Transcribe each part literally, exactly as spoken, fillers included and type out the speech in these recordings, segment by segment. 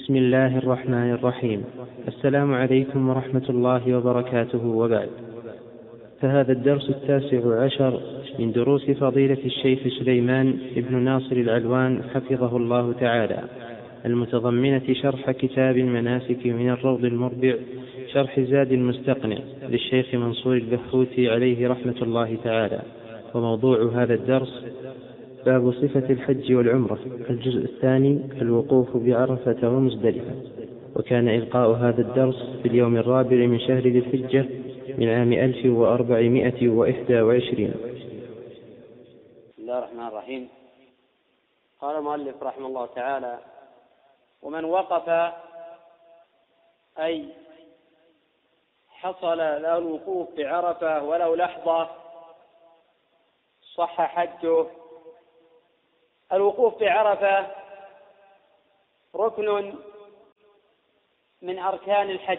بسم الله الرحمن الرحيم. السلام عليكم ورحمة الله وبركاته، وبعد. فهذا الدرس التاسع عشر من دروس فضيلة الشيخ سليمان بن ناصر العلوان حفظه الله تعالى، المتضمنة شرح كتاب المناسك من الروض المربع شرح زاد المستقنع للشيخ منصور البحوثي عليه رحمة الله تعالى. وموضوع هذا الدرس باب صفة الحج والعمرة، الجزء الثاني، الوقوف بعرفة ومزدلفة. وكان إلقاء هذا الدرس في اليوم الرابع من شهر ذي الحجة من عام ألف وأربعمائة وإحدى وعشرين. بسم الله الرحمن الرحيم. قال المؤلف رحمه الله تعالى: ومن وقف أي حصل له الوقوف بعرفة ولو لحظة صح حجه. الوقوف بعرفة ركن من أركان الحج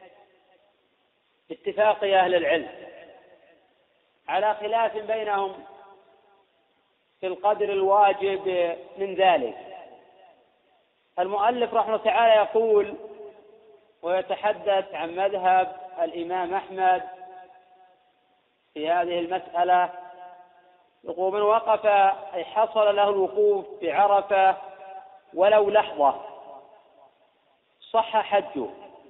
باتفاق أهل العلم، على خلاف بينهم في القدر الواجب من ذلك. المؤلف رحمه الله تعالى يقول ويتحدث عن مذهب الإمام أحمد في هذه المسألة، يقول: من وقف أي حصل له الوقوف بعرفة ولو لحظة صح حجه.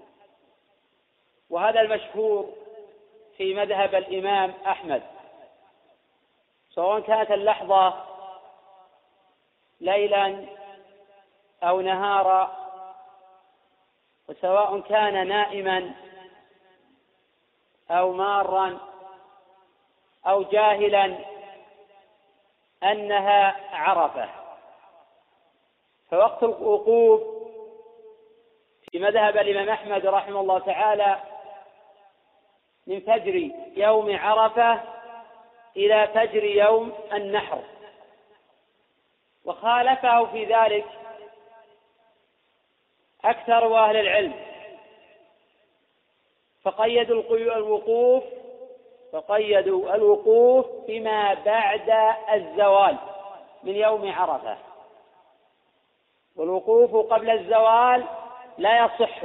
وهذا المشهور في مذهب الإمام أحمد، سواء كانت اللحظة ليلا أو نهارا، وسواء كان نائما أو مارا أو جاهلا أنها عرفة. فوقت الوقوف في مذهب الإمام أحمد رحمه الله تعالى من فجر يوم عرفة إلى فجر يوم النحر. وخالفه في ذلك أكثر أهل العلم، فقيدوا الوقوف فقيدوا الوقوف بما بعد الزوال من يوم عرفة، والوقوف قبل الزوال لا يصح،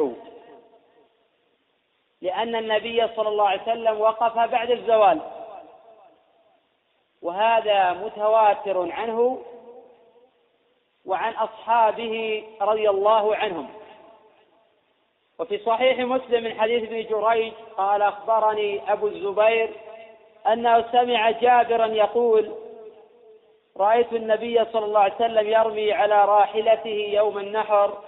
لأن النبي صلى الله عليه وسلم وقف بعد الزوال، وهذا متواتر عنه وعن أصحابه رضي الله عنهم. وفي صحيح مسلم من حديث ابن جريج قال: أخبرني أبو الزبير أنه سمع جابرا يقول: رأيت النبي صلى الله عليه وسلم يرمي على راحلته يوم النحر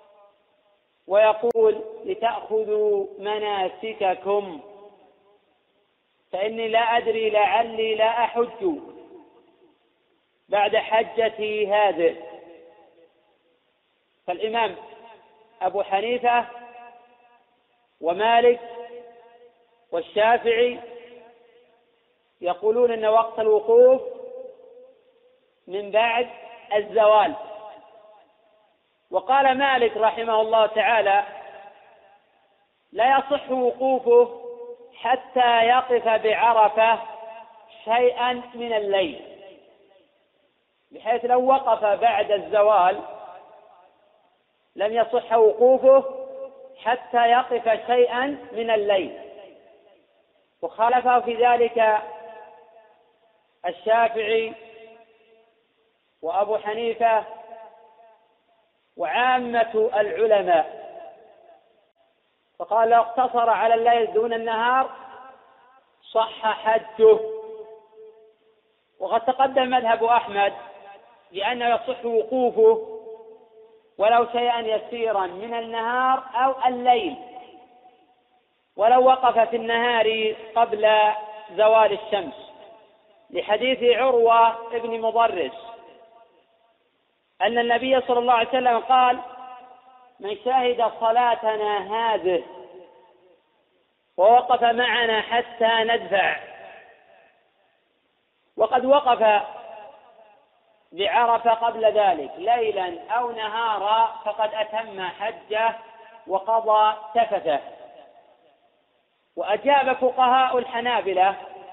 ويقول: لتأخذوا مناسككم فإني لا أدري لعلي لا أحج بعد حجتي هذه. فالإمام أبو حنيفة ومالك والشافعي يقولون أن وقت الوقوف من بعد الزوال. وقال مالك رحمه الله تعالى: لا يصح وقوفه حتى يقف بعرفة شيئا من الليل، بحيث لو وقف بعد الزوال لم يصح وقوفه حتى يقف شيئا من الليل. وخالفه في ذلك الشافعي وأبو حنيفة وعامة العلماء، فقال: لو اقتصر على الليل دون النهار صح حجه. وقد تقدم مذهب أحمد بأنه يصح وقوفه ولو شيئا يسيرا من النهار أو الليل، ولو وقف في النهار قبل زوال الشمس، لحديث عروة ابن مضرس أن النبي صلى الله عليه وسلم قال: من شهد صلاتنا هذه ووقف معنا حتى ندفع. وقد وقف بعرفة قبل ذلك ليلا أو نهارا فقد أتم حجه وقضى تفته. وأجاب فقهاء الحنابلة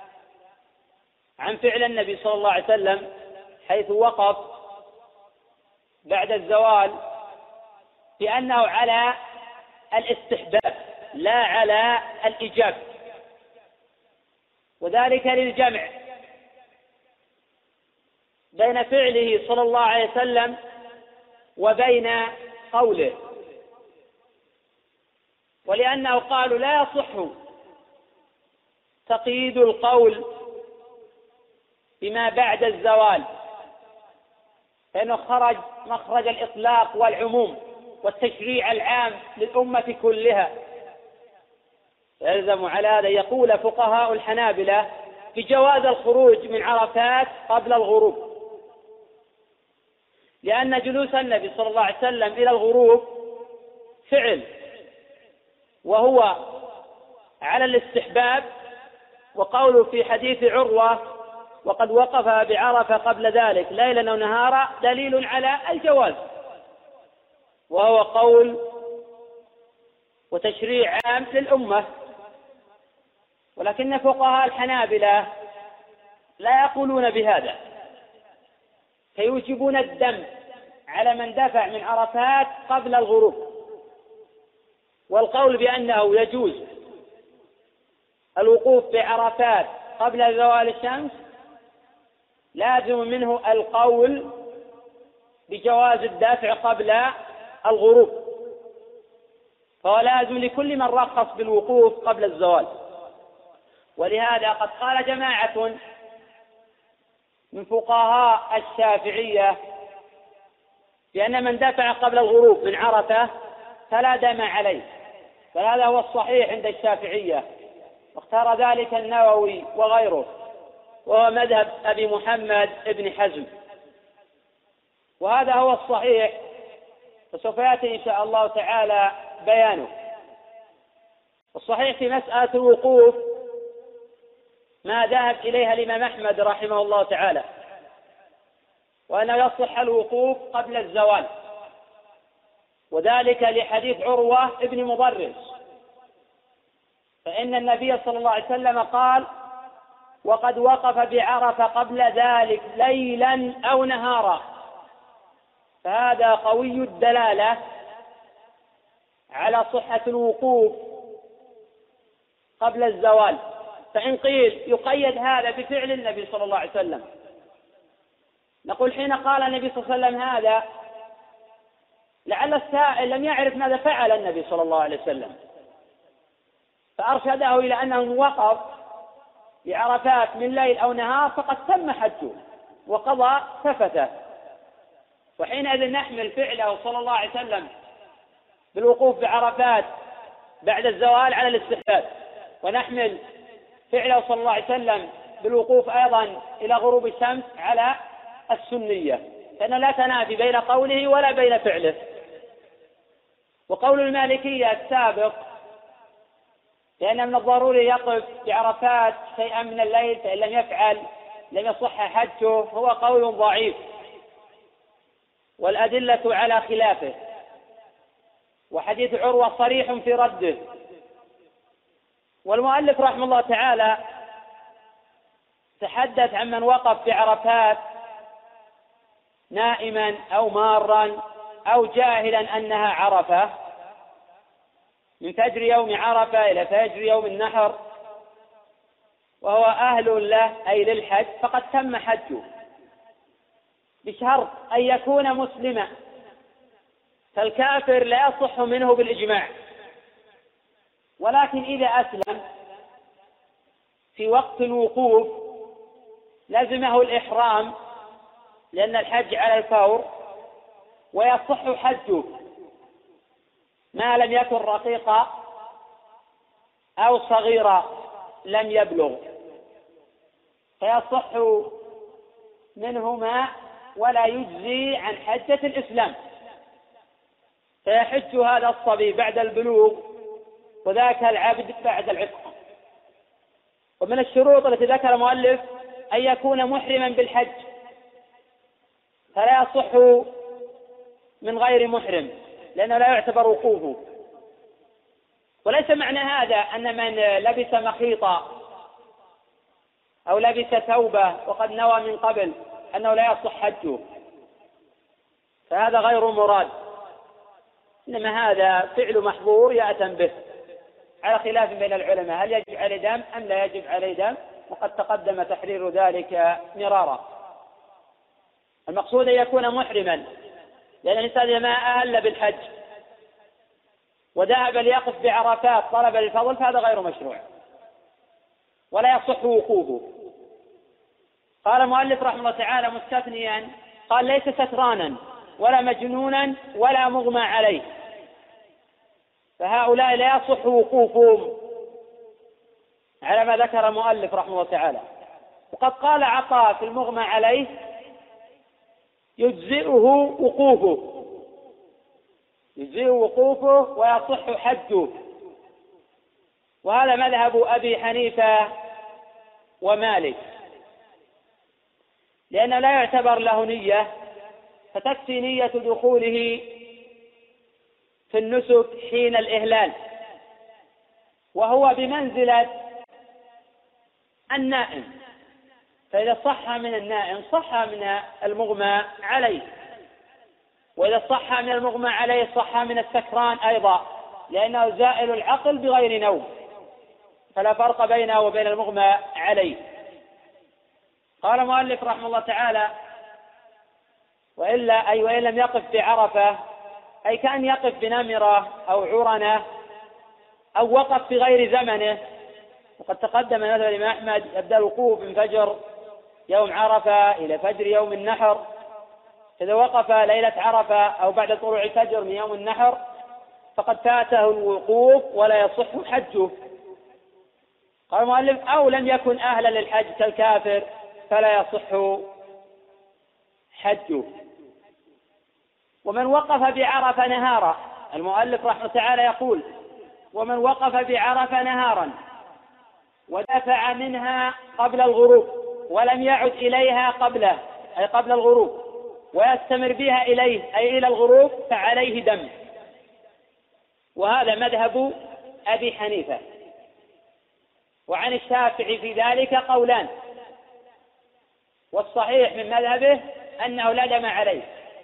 عن فعل النبي صلى الله عليه وسلم حيث وقف بعد الزوال بأنه على الاستحباب لا على الإيجاب، وذلك للجمع بين فعله صلى الله عليه وسلم وبين قوله، ولأنه قالوا لا يصح تقييد القول بما بعد الزوال، فإنه خرج مخرج الإطلاق والعموم والتشريع العام للأمة كلها. يلزم على هذا يقول فقهاء الحنابلة بجواز الخروج من عرفات قبل الغروب، لأن جلوس النبي صلى الله عليه وسلم إلى الغروب فعل وهو على الاستحباب، وقوله في حديث عروة وقد وقف بعرفة قبل ذلك ليلا أو نهارا دليل على الجواز، وهو قول وتشريع عام للأمة. ولكن فقهاء الحنابلة لا يقولون بهذا، فيوجبون الدم على من دفع من عرفات قبل الغروب، والقول بأنه يجوز الوقوف بعرفات قبل زوال الشمس لازم منه القول بجواز الدفع قبل الغروب، فهو لازم لكل من رخص بالوقوف قبل الزوال. ولهذا قد قال جماعة من فقهاء الشافعية بأن من دفع قبل الغروب من عرفة فلا دم عليه، فهذا هو الصحيح عند الشافعية، واختار ذلك النووي وغيره، وهو مذهب أبي محمد بن حزم، وهذا هو الصحيح، فسوف يأتي إن شاء الله تعالى بيانه. الصحيح في مسألة الوقوف ما ذهب إليها الإمام أحمد رحمه الله تعالى، وأنه يصح الوقوف قبل الزوال، وذلك لحديث عروة ابن مضرس، فإن النبي صلى الله عليه وسلم قال وقد وقف بعرفة قبل ذلك ليلا أو نهارا، فهذا قوي الدلالة على صحة الوقوف قبل الزوال. فإن قيل يقيد هذا بفعل النبي صلى الله عليه وسلم، نقول حين قال النبي صلى الله عليه وسلم هذا لعل السائل لم يعرف ماذا فعل النبي صلى الله عليه وسلم، فأرشده إلى أنه وقف بعرفات من ليل أو نهار فقد تم حجه وقضى سفته، وحينئذ نحمل فعله صلى الله عليه وسلم بالوقوف بعرفات بعد الزوال على الاستحباب، ونحمل فعله صلى الله عليه وسلم بالوقوف أيضا إلى غروب الشمس على السنية، لأن لا تنافي بين قوله ولا بين فعله. وقول المالكية السابق لأن من الضروري يقف بعرفات شيئا من الليل فإن لم يفعل لم يصح حجه، هو قول ضعيف والأدلة على خلافه، وحديث عروة صريح في رده. والمؤلف رحمه الله تعالى تحدث عن من وقف بعرفات نائما أو مارا أو جاهلا أنها عرفة من فجر يوم عرفة إلى فجر يوم النحر وهو أهل له أي للحج فقد تم حجه، بشرط أن يكون مسلما، فالكافر لا يصح منه بالإجماع، ولكن إذا أسلم في وقت الوقوف لزمه الإحرام لأن الحج على الفور، ويصح حجه ما لم يكن رقيقا أو صغيرا لم يبلغ، فيصح منهما ولا يجزي عن حجة الإسلام، فيحج هذا الصبي بعد البلوغ وذاك العبد بعد العتق. ومن الشروط التي ذكر المؤلف أن يكون محرما بالحج، فلا يصح من غير محرم لأنه لا يعتبر وقوفه. وليس معنى هذا أن من لبس مخيطا أو لبس ثوبة وقد نوى من قبل أنه لا يصح حجه، فهذا غير مراد، إنما هذا فعل محظور يأتم به، على خلاف بين العلماء هل يجب عليه دم أم لا يجب عليه دم، وقد تقدم تحرير ذلك مرارا. المقصود أن يكون محرما، لأن الإنسان إذا ما أهل بالحج وذهب ليقف بعرفات طلب للفضل فهذا غير مشروع ولا يصح وقوفه. قال المؤلف رحمه الله تعالى مستثنيا، قال ليس سكرانا ولا مجنونا ولا مغمى عليه، فهؤلاء لا يصح وقوفهم على ما ذكر المؤلف رحمه الله تعالى. وقد قال عطاء في المغمى عليه يجزئه وقوفه، يجزئه وقوفه ويصح حجه، وهذا مذهب أبي حنيفة ومالك، لأنه لا يعتبر له نية، فتكفي نية دخوله في النسك حين الإهلال، وهو بمنزلة النائم، فإذا صح من النائم صح من المغمى عليه، وإذا صح من المغمى عليه صح من السكران أيضا، لأنه زائل العقل بغير نوم، فلا فرق بينه وبين المغمى عليه. قال المؤلف رحمه الله تعالى وإلا أي وإن لم يقف بعرفة، أي كأن يقف بنمرة أو عرنة أو وقف في غير زمنه، وقد تقدم مثل الإمام أحمد يبدأ الوقوف من فجر يوم عرفة إلى فجر يوم النحر، إذا وقف ليلة عرفة أو بعد طلوع الفجر من يوم النحر فقد فاته الوقوف ولا يصح حجه. قال المؤلف أو لم يكن أهلا للحج كالكافر فلا يصح حجه. ومن وقف بعرفة نهارا، المؤلف رحمه تعالى يقول ومن وقف بعرفة نهارا ودفع منها قبل الغروب ولم يعد إليها قبله أي قبل الغروب ويستمر بها إليه أي إلى الغروب فعليه دم، وهذا مذهب أبي حنيفة. وعن الشافعي في ذلك قولان، والصحيح من مذهبه أنه لا دم عليه،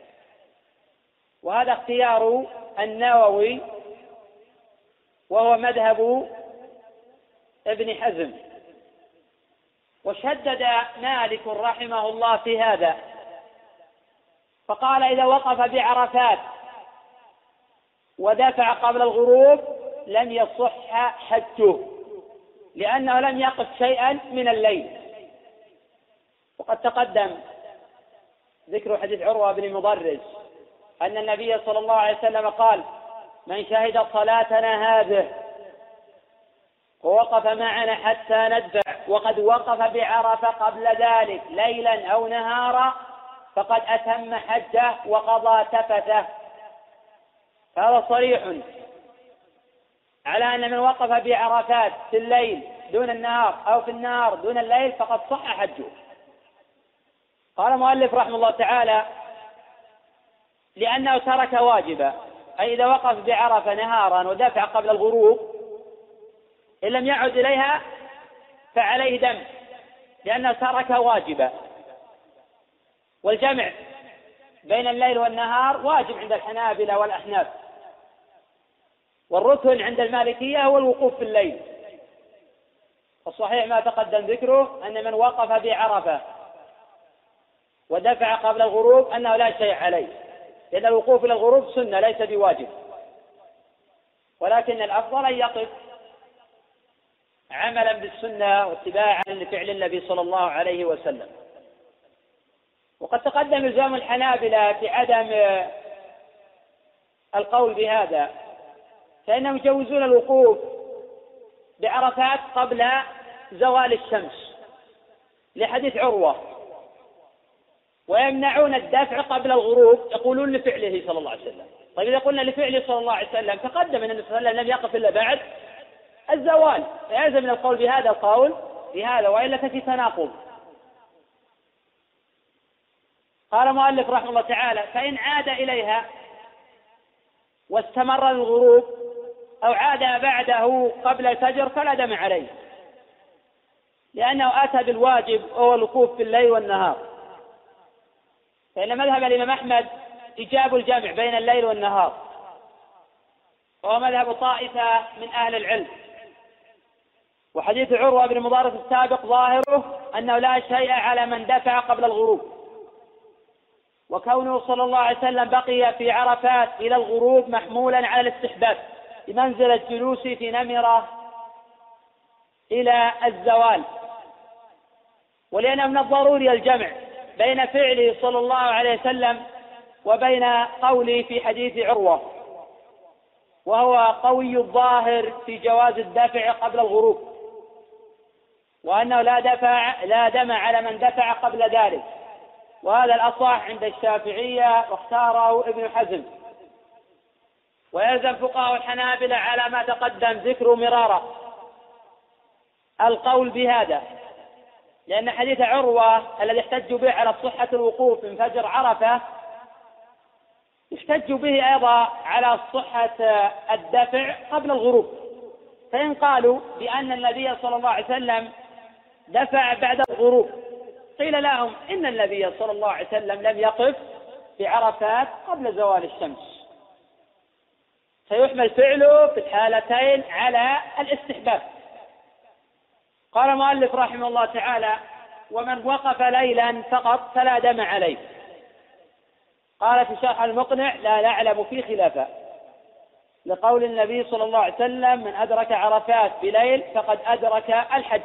وهذا اختيار النووي وهو مذهب ابن حزم. وشدد مالك رحمه الله في هذا فقال إذا وقف بعرفات ودفع قبل الغروب لم يصح حجه، لأنه لم يقف شيئا من الليل. وقد تقدم ذكر حديث عروة بن مضرز أن النبي صلى الله عليه وسلم قال من شهد صلاتنا هذه ووقف معنا حتى ندفع وقد وقف بعرفة قبل ذلك ليلا أو نهارا فقد أتم حجه وقضى تفته. هذا صريح على أن من وقف بعرفات في الليل دون النهار أو في النهار دون الليل فقد صح حجه. قال المؤلف رحمه الله تعالى لأنه ترك واجبا، أي إذا وقف بعرفة نهارا ودفع قبل الغروب إن لم يعد إليها فعليه دم، لأنه ترك واجبا. والجمع بين الليل والنهار واجب عند الحنابلة والأحناف، والركن عند المالكية هو الوقوف في الليل. الصحيح ما تقدم ذكره أن من وقف بعرفة ودفع قبل الغروب أنه لا شيء عليه، لأن الوقوف إلى الغروب سنة ليس بواجب، ولكن الأفضل أن يقف عملا بالسنة واتباعا لفعل النبي صلى الله عليه وسلم. وقد تقدم إلزام الحنابلة في عدم القول بهذا، فإنهم يجوزون الوقوف بعرفات قبل زوال الشمس لحديث عروة، ويمنعون الدفع قبل الغروب، يقولون لفعله صلى الله عليه وسلم. طيب إذا قلنا لفعله صلى الله عليه وسلم تقدم أن النبي صلى الله عليه وسلم لم يقف إلا بعد الزوال، فيلزم من القول بهذا القول بهذا، وإلا ففي تناقض. قال المؤلف رحمه الله تعالى فإن عاد إليها واستمر الغروب أو عاد بعده قبل الفجر فلا دم عليه، لأنه أتى بالواجب وهو الوقوف في الليل والنهار. فإن مذهب الإمام أحمد إيجاب الجمع بين الليل والنهار، وهو مذهب طائفة من أهل العلم. وحديث عروة بن مضارس السابق ظاهره أنه لا شيء على من دفع قبل الغروب، وكونه صلى الله عليه وسلم بقي في عرفات إلى الغروب محمولا على الاستحباب بمنزلة الجلوس في نمرة إلى الزوال، ولأنه من الضروري الجمع بين فعله صلى الله عليه وسلم وبين قوله في حديث عروة، وهو قوي الظاهر في جواز الدفع قبل الغروب، وأنه لا دفع لا دم على من دفع قبل ذلك، وهذا الأصح عند الشافعية واختاره ابن حزم. ويلزم فقهاء الحنابلة على ما تقدم ذكر مرارا القول بهذا، لأن حديث عروة الذي احتجوا به على صحة الوقوف من فجر عرفة يحتج به أيضا على صحة الدفع قبل الغروب. فإن قالوا بأن النبي صلى الله عليه وسلم دفع بعد الغروب، قيل لهم إن النبي صلى الله عليه وسلم لم يقف في عرفات قبل زوال الشمس، فيحمل فعله في الحالتين على الاستحباب. قال المؤلف رحمه الله تعالى: ومن وقف ليلا فقط فلا دم عليه. قال في شرح المقنع: لا نعلم فيه خلافا، لقول النبي صلى الله عليه وسلم: من أدرك عرفات بليل فقد أدرك الحج.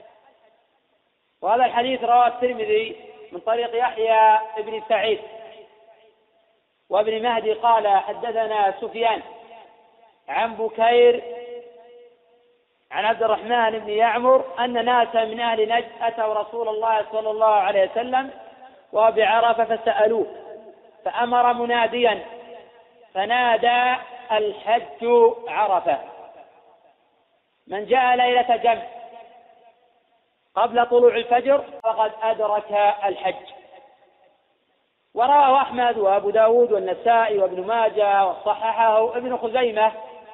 وهذا الحديث رواه الترمذي من طريق يحيى بن سعيد وابن مهدي قال: حدثنا سفيان عن بكير عن عبد الرحمن بن يعمر أن ناسا من أهل نجد أتوا رسول الله صلى الله عليه وسلم وهو بعرفة فسألوه، فأمر مناديا فنادى: الحج عرفة، من جاء ليلة جمع قبل طلوع الفجر فقد أدرك الحج. ورواه أحمد وأبو داود والنسائي وابن ماجه وصححه ابن خزيمة.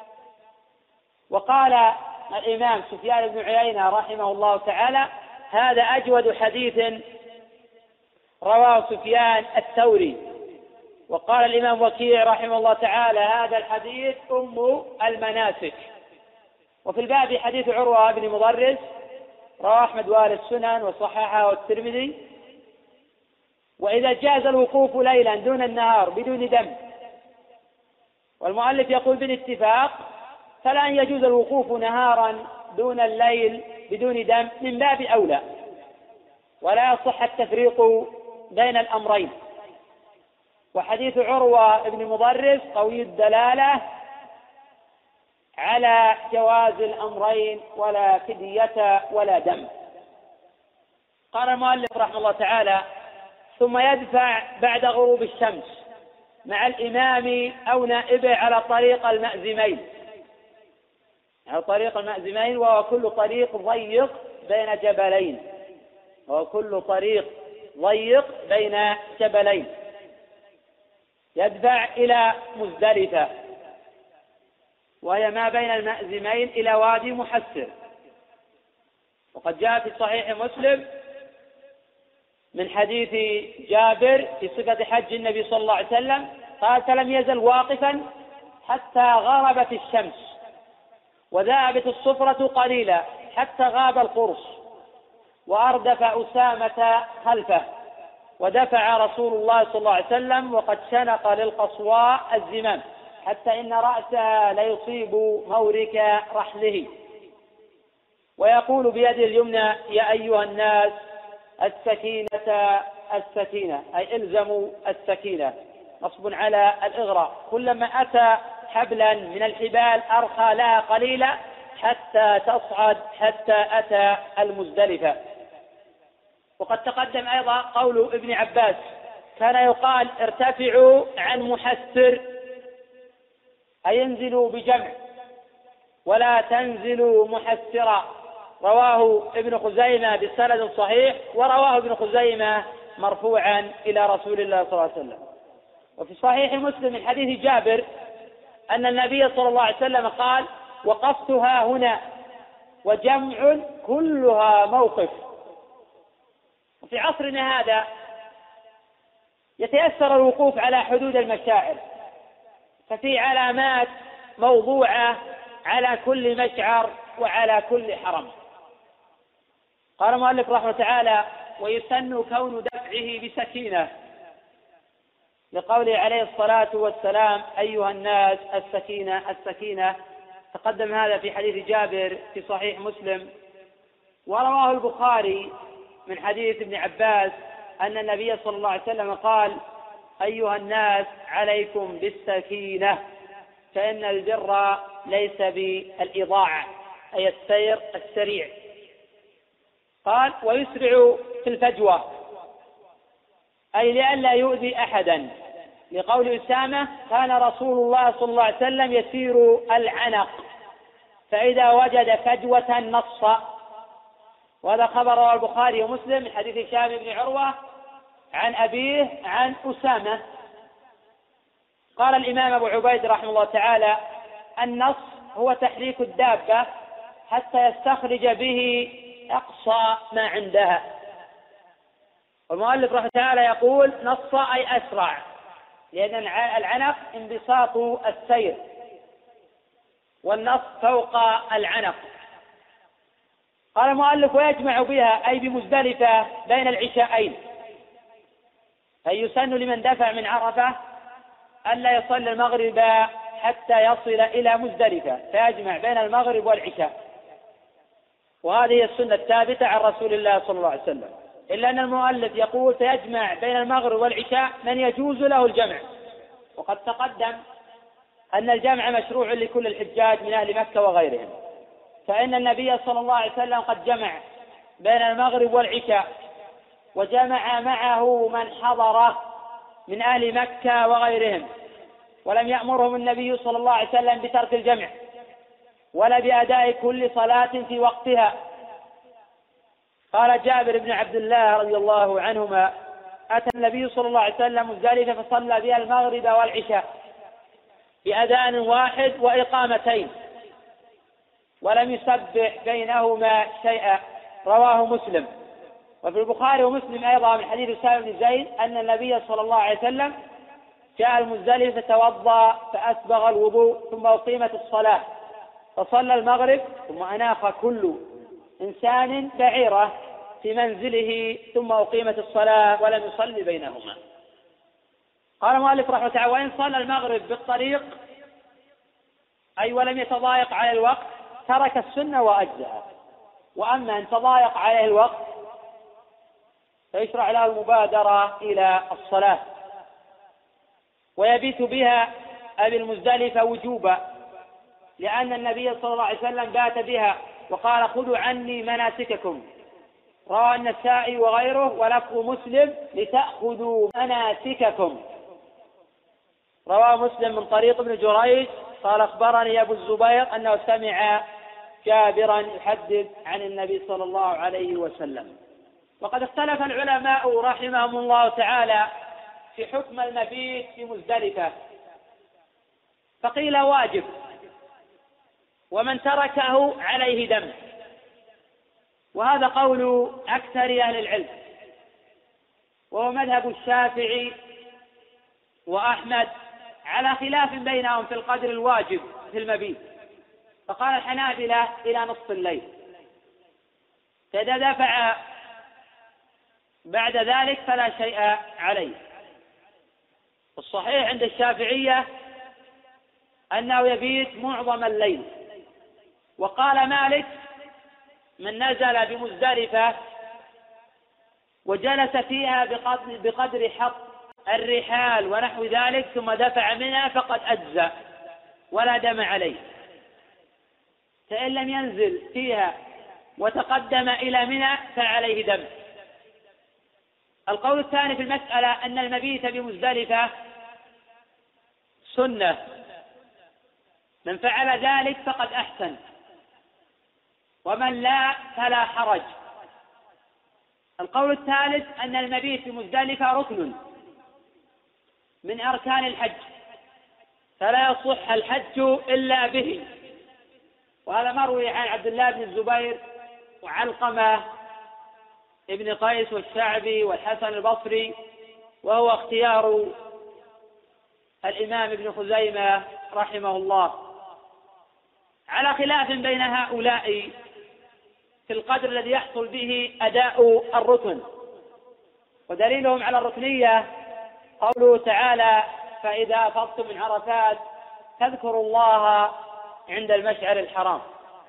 وقال الإمام سفيان بن عيينة رحمه الله تعالى: هذا أجود حديث رواه سفيان الثوري. وقال الإمام وكيع رحمه الله تعالى: هذا الحديث أم المناسك. وفي الباب حديث عروة بن مضرس رواه أحمد وآل السنن وصححه الترمذي. وإذا جاز الوقوف ليلا دون النهار بدون دم، والمؤلف يقول بالاتفاق، فلا أن يجوز الوقوف نهارا دون الليل بدون دم من باب أولى، ولا يصح التفريق بين الأمرين. وحديث عروة بن مضرس قوي الدلالة على جواز الأمرين، ولا فدية ولا دم. قال المؤلف رحمه الله تعالى: ثم يدفع بعد غروب الشمس مع الإمام أو نائبه على طريق المأزمين، على طريق المأزمين وهو كل طريق ضيق بين جبلين، وهو كل طريق ضيق بين جبلين. يدفع إلى مزدلفة وهي ما بين المأزمين إلى وادي محسر. وقد جاء في صحيح مسلم من حديث جابر في صفة حج النبي صلى الله عليه وسلم قال: فلم يزل واقفا حتى غربت الشمس وذهبت الصفرة قليلا حتى غاب القرص، وأردف أسامة خلفه، ودفع رسول الله صلى الله عليه وسلم وقد شنق للقصواء الزمام حتى إن رأسها ليصيب مورك رحله، ويقول بيده اليمنى: يا أيها الناس السكينة السكينة، أي إلزموا السكينة، نصب على الإغراء. كلما أتى حبلا من الحبال أرخى لها قليلا حتى تصعد حتى أتى المزدلفة. وقد تقدم أيضا قول ابن عباس: كان يقال ارتفعوا عن محسر، أي انزلوا بجمع ولا تنزلوا محسرا. رواه ابن خزيمة بسند صحيح، ورواه ابن خزيمة مرفوعا إلى رسول الله صلى الله عليه وسلم. وفي صحيح مسلم من حديث جابر أن النبي صلى الله عليه وسلم قال: وقفتها هنا وجمع كلها موقف. وفي عصرنا هذا يتيسر الوقوف على حدود المشاعر، ففي علامات موضوعة على كل مشعر وعلى كل حرم. قال المؤلف رحمه الله تعالى: ويسن كون دفعه بسكينة، لقوله عليه الصلاة والسلام: أيها الناس السكينة السكينة. تقدم هذا في حديث جابر في صحيح مسلم. ورواه البخاري من حديث ابن عباس أن النبي صلى الله عليه وسلم قال: أيها الناس عليكم بالسكينة فإن البر ليس بالإضاعة، أي السير السريع. قال: ويسرع في الفجوة، أي لئلا يؤذي أحدا، لقول أسامة: كان رسول الله صلى الله عليه وسلم يسير العنق فإذا وجد فجوة نص. وهذا خبر رواه البخاري ومسلم من حديث هشام بن عروة عن أبيه عن أسامة. قال الإمام أبو عبيد رحمه الله تعالى: النص هو تحريك الدابة حتى يستخرج به أقصى ما عندها. والمؤلف رحمه الله تعالى يقول: نص أي أسرع، لأن العنق انبساط السير، والنص فوق العنق. قال المؤلف: ويجمع بها أي بمزدلفة بين العشاءين، أي يسن لمن دفع من عرفة ألا يصلي المغرب حتى يصل إلى مزدلفة، فيجمع بين المغرب والعشاء. وهذه هي السنة الثابتة عن رسول الله صلى الله عليه وسلم، إلا أن المؤلف يقول: فيجمع بين المغرب والعشاء من يجوز له الجمع. وقد تقدم أن الجمع مشروع لكل الحجاج من أهل مكة وغيرهم، فإن النبي صلى الله عليه وسلم قد جمع بين المغرب والعشاء، وجمع معه من حضره من أهل مكة وغيرهم، ولم يأمرهم النبي صلى الله عليه وسلم بترك الجمع ولا بأداء كل صلاة في وقتها. قال جابر بن عبد الله رضي الله عنهما: أتى النبي صلى الله عليه وسلم مزدلفة فصلى بها المغرب والعشاء بأذان واحد وإقامتين، ولم يسبح بينهما شيئا. رواه مسلم. وفي البخاري ومسلم أيضا من حديث أسامة بن زيد أن النبي صلى الله عليه وسلم جاء المزدلفة فتوضأ فأسبغ الوضوء ثم أقيمت الصلاة فصلى المغرب، ثم أناخ كل إنسان بعيره في منزله ثم أقيمت الصلاة ولم يصلي بينهما. قال المؤلف رحمه الله تعالى: وإن صلى المغرب بالطريق، أي ولم يتضايق على الوقت، ترك السنة وأجزأ. وأما إن تضايق عليه الوقت فيشرع له المبادرة إلى الصلاة، ويبيت بها أبي المزدلفة وجوبا، لأن النبي صلى الله عليه وسلم بات بها وقال: خذوا عني مناسككم. رواه النسائي وغيره، ولفظ مسلم: لتأخذوا مناسككم. رواه مسلم من طريق ابن جريج قال: أخبرني أبو الزبير أنه سمع جابرا يحدث عن النبي صلى الله عليه وسلم. وقد اختلف العلماء رحمهم الله تعالى في حكم المبيت في مزدلفة، فقيل واجب، ومن تركه عليه دم، وهذا قول أكثر أهل العلم، وهو مذهب الشافعي وأحمد، على خلاف بينهم في القدر الواجب في المبيت. فقال الحنابلة إلى نصف الليل، فإذا دفع بعد ذلك فلا شيء عليه. الصحيح عند الشافعية أنه يبيت معظم الليل. وقال مالك: من نزل بمزدلفة وجلس فيها بقدر, بقدر حط الرحال ونحو ذلك ثم دفع منها فقد أجزى ولا دم عليه. فإن لم ينزل فيها وتقدم إلى منى فعليه دم. القول الثاني في المسألة أن المبيت بمزدلفة سنة، من فعل ذلك فقد أحسن، ومن لا فلا حرج. القول الثالث أن المبيت بمزدلفة ركن من أركان الحج، فلا يصح الحج إلا به. وهذا مروي عن عبد الله بن الزبير وعلقمة ابن قيس والشعبي والحسن البصري، وهو اختيار الإمام ابن خزيمة رحمه الله. على خلاف بين هؤلاء في القدر الذي يحصل به أداء الركن. ودليلهم على الركنية قوله تعالى: فإذا أفضتم من عرفات فاذكروا الله عند المشعر الحرام.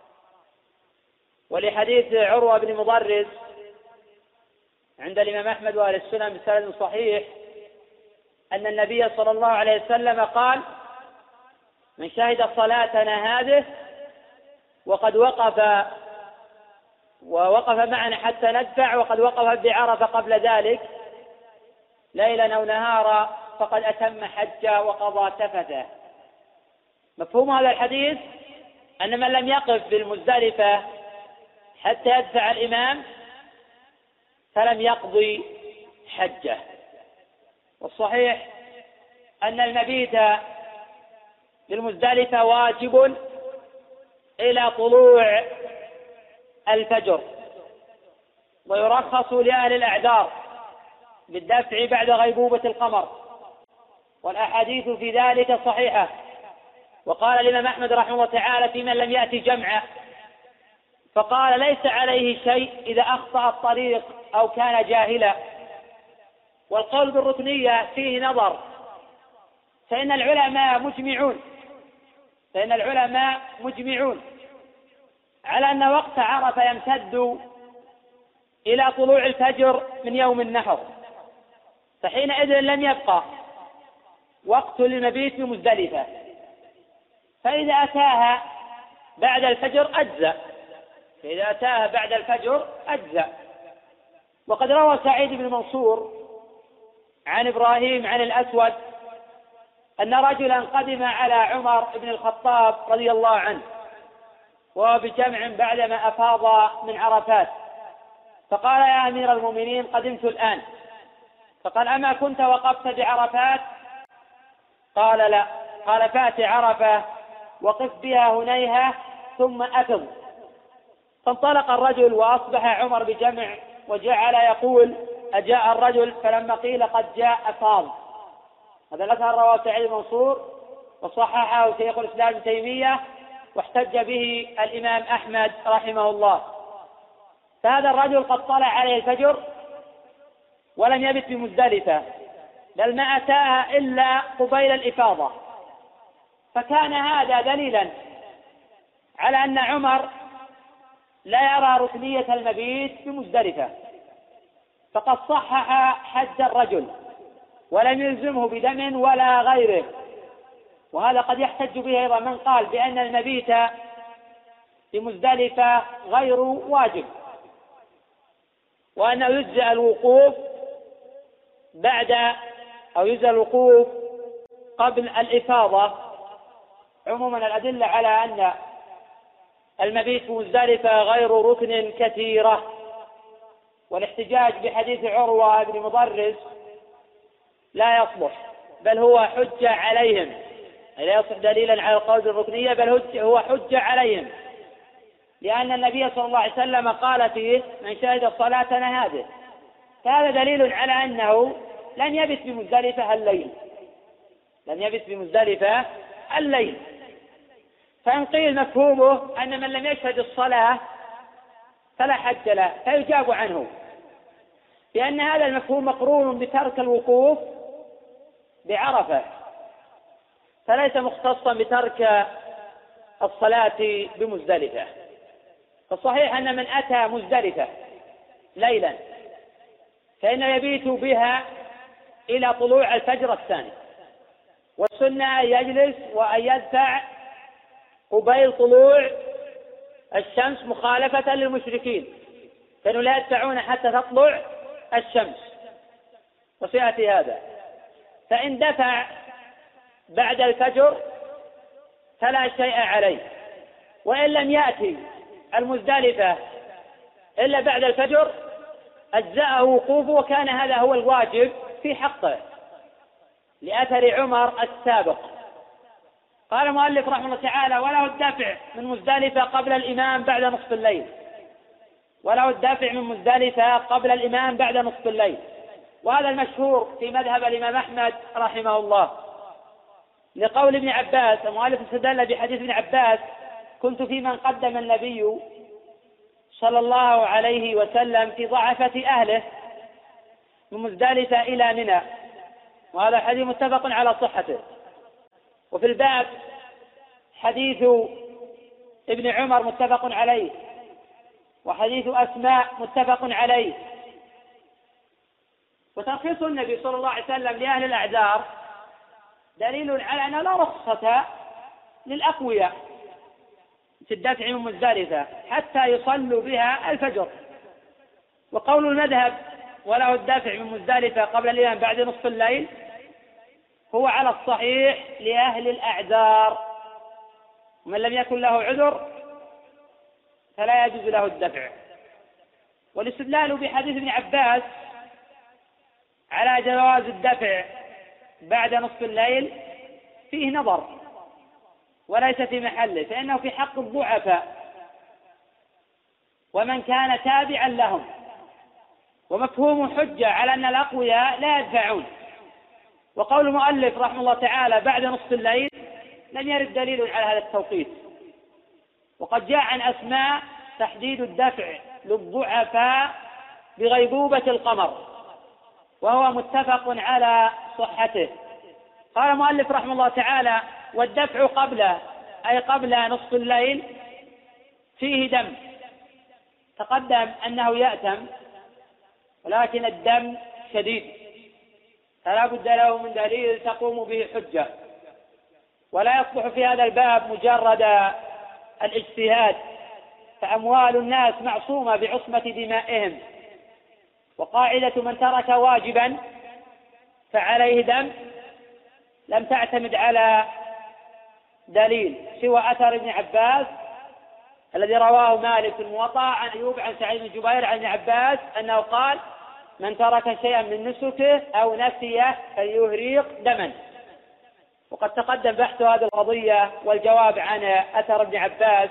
ولحديث عروة بن مضرس عند الإمام أحمد وأهل السنن بسند صحيح أن النبي صلى الله عليه وسلم قال: من شهد صلاتنا هذه وقد وقف ووقف معنا حتى ندفع وقد وقف بعرفة قبل ذلك ليلا أو نهارا فقد أتم حجه وقضى تفثه. مفهوم هذا الحديث أن من لم يقف بالمزدلفة حتى يدفع الإمام فلم يقضي حجه. والصحيح أن المبيت بالمزدلفة واجب إلى طلوع الفجر، ويرخص لأهل الأعذار بالدفع بعد غيبوبة القمر، والأحاديث في ذلك صحيحة. وقال الإمام أحمد رحمه الله تعالى في من لم يأتي جمعا فقال: ليس عليه شيء إذا أخطأ الطريق أو كان جاهلا. والقول بالركنية فيه نظر، فإن العلماء مجمعون فإن العلماء مجمعون على أن وقت عرفة يمتد إلى طلوع الفجر من يوم النحر، فحينئذ لم يبقى وقت للمبيت بمزدلفة، فإذا أتاها بعد الفجر أجزأ فإذا أتاها بعد الفجر أجزأ. وقد روى سعيد بن منصور عن إبراهيم عن الأسود أن رجلا قدم على عمر بن الخطاب رضي الله عنه وهو بجمع بعدما أفاض من عرفات، فقال: يا أمير المؤمنين قدمت الآن. فقال: أما كنت وقفت بعرفات؟ قال: لا. قال: فات عرفة وقف بها هنيهة ثم أفض. فانطلق الرجل وأصبح عمر بجمع وجعل يقول: أجاء الرجل؟ فلما قيل قد جاء أفاض. هذا الأثر رواه سعيد منصور وصححه شيخ الإسلام ابن تيمية واحتج به الإمام أحمد رحمه الله. فهذا الرجل قد طلع عليه الفجر ولم يبت بمزدلفة، بل ما أتاها إلا قبيل الإفاضة، فكان هذا دليلا على أن عمر لا يرى ركنية المبيت بمزدلفة، فقد صحح حج الرجل ولم يلزمه بدم ولا غيره. وهذا قد يحتج به أيضا من قال بأن المبيت بمزدلفة غير واجب، وأنه يجزئ الوقوف بعد أو يجزئ الوقوف قبل الإفاضة. عموما الأدلة على أن المبيت بمزدلفة غير ركن كثيرة، والاحتجاج بحديث عروة بن مضرس لا يصلح، بل هو حجة عليهم، لا يصح دليلا على القول بالركنية، بل هو حجة عليهم، لأن النبي صلى الله عليه وسلم قال فيه: من شهد صلاتنا هذه. فهذا دليل على أنه لم يبت بمزدلفة الليل لم يبت بمزدلفة الليل. فإن قيل مفهومه أن من لم يشهد الصلاة فلا حج له، فيجاب عنه بأن هذا المفهوم مقرون بترك الوقوف بعرفة، فليس مختصا بترك الصلاة بمزدلفة. فالصحيح أن من أتى مزدلفة ليلا فإنه يبيت بها إلى طلوع الفجر الثاني، والسنة أن يجلس وأن يدفع قبيل طلوع الشمس مخالفة للمشركين، كانوا لا يدفعون حتى تطلع الشمس، وسيأتي هذا. فإن دفع بعد الفجر فلا شيء عليه، وإن لم يأتي المزدلفة إلا بعد الفجر أجزأه وقوفه، وكان هذا هو الواجب في حقه لأثر عمر السابق. قال المؤلف رحمه الله تعالى: وله الدفع من مزدلفة قبل الإمام بعد نصف الليل وله الدفع من مزدلفة قبل الإمام بعد نصف الليل وهذا المشهور في مذهب الإمام أحمد رحمه الله، لقول ابن عباس. المؤلف استدل بحديث ابن عباس كنت في من قدم النبي صلى الله عليه وسلم في ضعفة أهله من مزدلفة إلى منى، وهذا حديث متفق على صحته. وفي الباب حديث ابن عمر متفق عليه، وحديث أسماء متفق عليه. وترخيص النبي صلى الله عليه وسلم لأهل الأعذار دليل على أن لا رخصة للأقوياء في الدفع من مزدلفة حتى يصلوا بها الفجر. وقول المذهب وله الدفع من مزدلفة قبل الإمام بعد نصف الليل هو على الصحيح لأهل الأعذار، ومن لم يكن له عذر فلا يجوز له الدفع. والاستدلال بحديث ابن عباس على جواز الدفع بعد نصف الليل فيه نظر وليس في محله، فإنه في حق الضعفاء ومن كان تابعا لهم، ومفهوم حجة على أن الأقوياء لا يدفعون. وقول المؤلف رحمه الله تعالى بعد نصف الليل لم يرد دليل على هذا التوقيت. وقد جاء عن أسماء تحديد الدفع للضعفاء بغيبوبة القمر، وهو متفق على صحته. قال المؤلف رحمه الله تعالى: والدفع قبله أي قبل نصف الليل فيه دم. تقدم أنه يأتم، ولكن الدم شديد فلا بد له من دليل تقوم به حجة، ولا يصلح في هذا الباب مجرد الاجتهاد، فأموال الناس معصومة بعصمة دمائهم، وقاعدة من ترك واجبا فعليه دم لم تعتمد على دليل سوى أثر ابن عباس الذي رواه مالك في الموطأ عن أيوب عن سعيد بن جبير عن ابن عباس أنه قال: من ترك شيئا من نسكه أو نسيه فليهريق دما. وقد تقدم بحث هذه القضية والجواب عن أثر ابن عباس،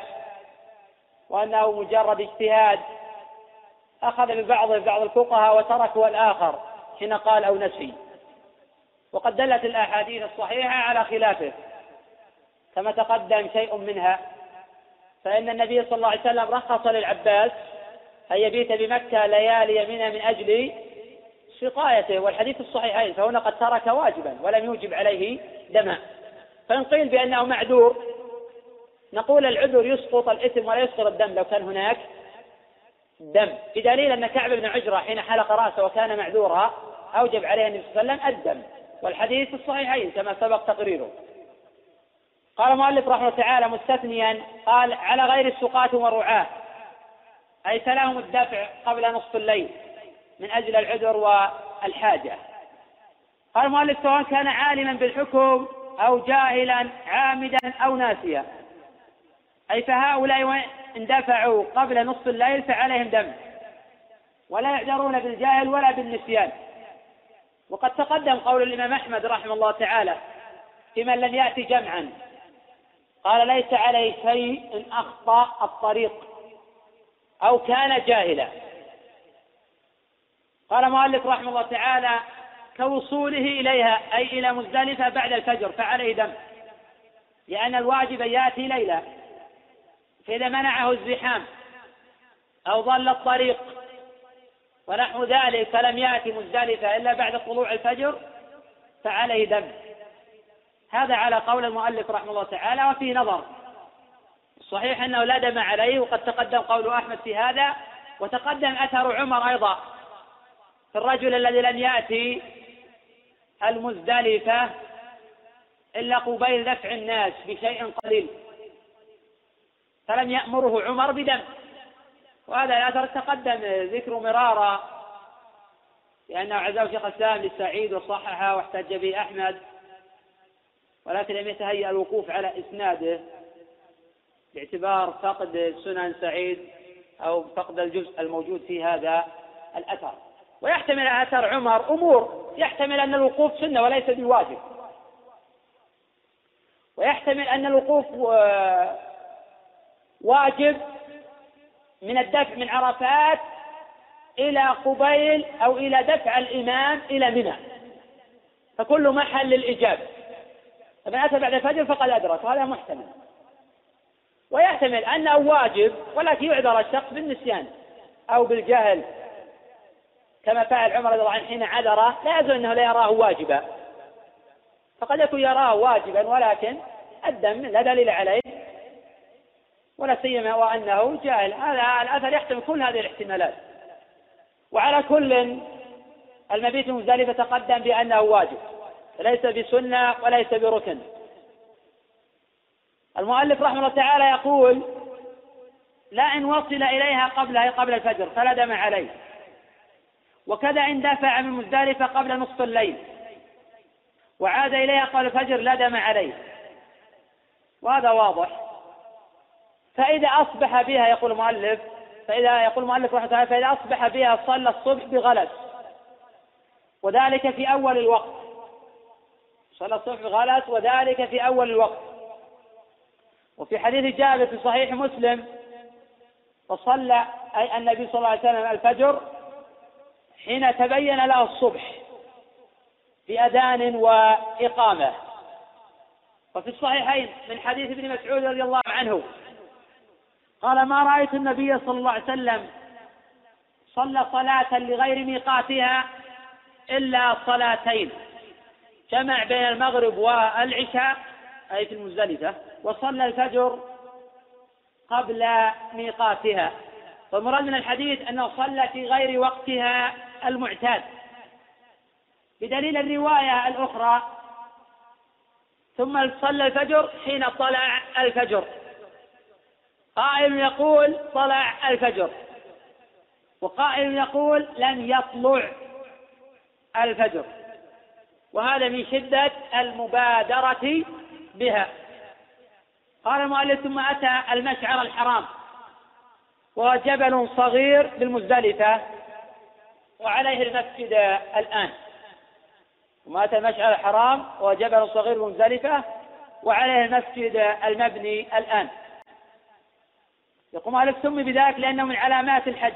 وأنه مجرد اجتهاد أخذ ببعضه بعض الفقهاء وتركه الآخر حين قال أو نسي. وقد دلت الأحاديث الصحيحة على خلافه كما تقدم شيء منها، فإن النبي صلى الله عليه وسلم رخص للعباس أن يبيت بمكة ليالي منها من أجل سقايته، والحديث الصحيحين، فهنا قد ترك واجبا ولم يوجب عليه دما. فإن قيل بأنه معذور نقول العذر يسقط الإثم ولا يسقط الدم لو كان هناك دم، بدليل أن كعب بن عجرة حين حلق رأسه وكان معذورا أوجب عليه النبي صلى الله عليه وسلم الدم، والحديث الصحيحين كما سبق تقريره. قال المؤلف رحمه الله تعالى مستثنيا، قال: على غير السقاة والرعاة، أي فلهم الدفع قبل نصف الليل من أجل العذر والحاجة. قال المؤلف: سواء كان عالما بالحكم أو جاهلا عامدا أو ناسيا، أي فهؤلاء اندفعوا قبل نصف الليل فعليهم دم، ولا يعذرون بالجاهل ولا بالنسيان. وقد تقدم قول الإمام أحمد رحمه الله تعالى في من لم يأتي جمعا، قال: ليس عليه شيء إن أخطأ الطريق أو كان جاهلا. قال مؤلف رحمه الله تعالى: كوصوله إليها أي إلى مزدلفة بعد الفجر فعليه دم، لأن الواجب يأتي ليلا، فإذا منعه الزحام أو ضل الطريق ونحو ذلك فلم يأتي مزدلفة إلا بعد طلوع الفجر فعليه دم. هذا على قول المؤلف رحمه الله تعالى، وفيه نظر. صحيح أنه لا دم عليه، وقد تقدم قول أحمد في هذا، وتقدم أثر عمر أيضا في الرجل الذي لم يأتي المزدلفة إلا قبيل دفع الناس بشيء قليل فلم يأمره عمر بدم، وهذا الأثر تقدم ذكر مرارا لأنه عزاه شيخ الإسلام للسعيد وصححه واحتج به أحمد، ولكن لم يتهيأ الوقوف على إسناده باعتبار فقد سنن سعيد أو فقد الجزء الموجود في هذا الأثر. ويحتمل أثر عمر أمور، يحتمل أن الوقوف سنة وليس بواجب، ويحتمل أن الوقوف واجب من الدفع من عرفات إلى قبيل أو إلى دفع الإمام إلى منى، فكل محل للإجابة. فمن أتى بعد الفجر فقد أدرك، وهذا محتمل. يحتمل أنه واجب ولكن يعذر الشخص بالنسيان أو بالجهل، كما فعل عمر رضي الله عنه حين عذره، لا يزال أنه لا يراه واجبا، فقد يكون يراه واجبا ولكن الدم لا دليل عليه، ولا سيما وأنه جاهل. هذا الأثر يحتمل كل هذه الاحتمالات. وعلى كل المبيت مزدلفة تقدم بأنه واجب، ليس بسنة وليس بركن. المؤلف رحمه الله تعالى يقول: لا إن وصل إليها قبلها قبل الفجر فلا دم عليه، وكذا إن دفع من مزدلفة قبل نصف الليل وعاد إليها قبل الفجر لا دم عليه، وهذا واضح. فإذا أصبح بها، يقول المؤلف فإذا يقول المؤلف رحمه الله، فإذا أصبح بها صلى الصبح بغلس، وذلك في أول الوقت، صلى الصبح بغلس وذلك في أول الوقت. وفي حديث جابر في صحيح مسلم: وصلى أي النبي صلى الله عليه وسلم الفجر حين تبين له الصبح بأذان وإقامة. وفي الصحيحين من حديث ابن مسعود رضي الله عنه قال: ما رأيت النبي صلى الله عليه وسلم صلى صلاة لغير ميقاتها إلا صلاتين، جمع بين المغرب والعشاء أي في المزدلفة، وصلى الفجر قبل ميقاتها. والمراد من الحديث أنه صلى في غير وقتها المعتاد، بدليل الرواية الأخرى: ثم صلى الفجر حين طلع الفجر. قائل يقول طلع الفجر، وقائل يقول لم يطلع الفجر، وهذا من شدة المبادرة بها. قال المؤلف: ثم أتى المشعر الحرام وهو جبل صغير بالمزدلفة وعليه المسجد الآن. ثم أتى المشعر الحرام وهو جبل صغير بالمزدلفة وعليه المسجد المبني الآن. يقوم المؤلف: سمي بذلك لأنه من علامات الحج،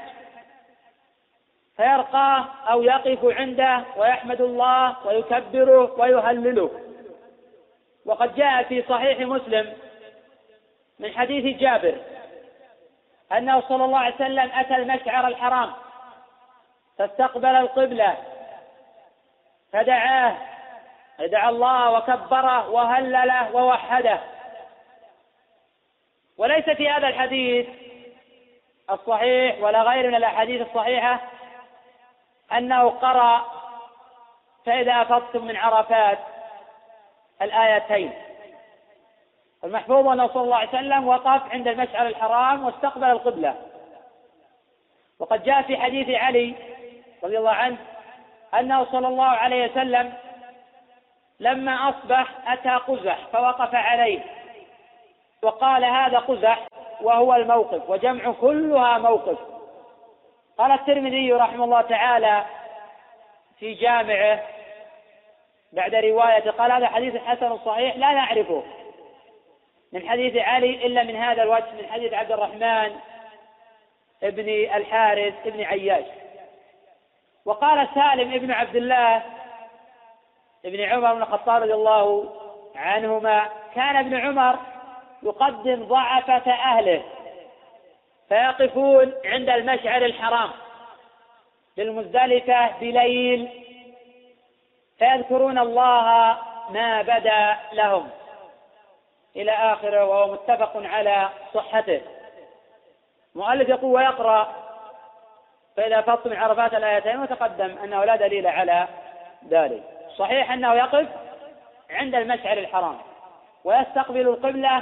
فيرقى أو يقف عنده ويحمد الله ويكبره ويهلله. وقد جاء في صحيح مسلم من حديث جابر أنه صلى الله عليه وسلم أتى المشعر الحرام فاستقبل القبلة فدعاه، دعا الله وكبره وهلله ووحده. وليس في هذا الحديث الصحيح ولا غير من الأحاديث الصحيحة أنه قرأ: فإذا أفضتم من عرفات الآيتين. المحفوظ أنه صلى الله عليه وسلم وقف عند المشعر الحرام واستقبل القبلة. وقد جاء في حديث علي رضي الله عنه أنه صلى الله عليه وسلم لما أصبح أتى قزح فوقف عليه وقال: هذا قزح، وهو الموقف، وجمع كلها موقف. قال الترمذي رحمه الله تعالى في جامعه بعد رواية، قال: هذا حديث حسن صحيح لا نعرفه من حديث علي إلا من هذا الوجه، من حديث عبد الرحمن ابن الحارث ابن عياش. وقال سالم ابن عبد الله ابن عمر بن الخطاب رضي الله عنهما: كان ابن عمر يقدم ضعفة أهله فيقفون عند المشعر الحرام بالمزدلفة بليل فيذكرون الله ما بدا لهم إلى آخره، وهو متفق على صحته. المؤلف يقول: ويقرأ: فإذا أفضتم من عرفات الآيتين، وتقدم أنه لا دليل على ذلك. صحيح أنه يقف عند المشعر الحرام ويستقبل القبلة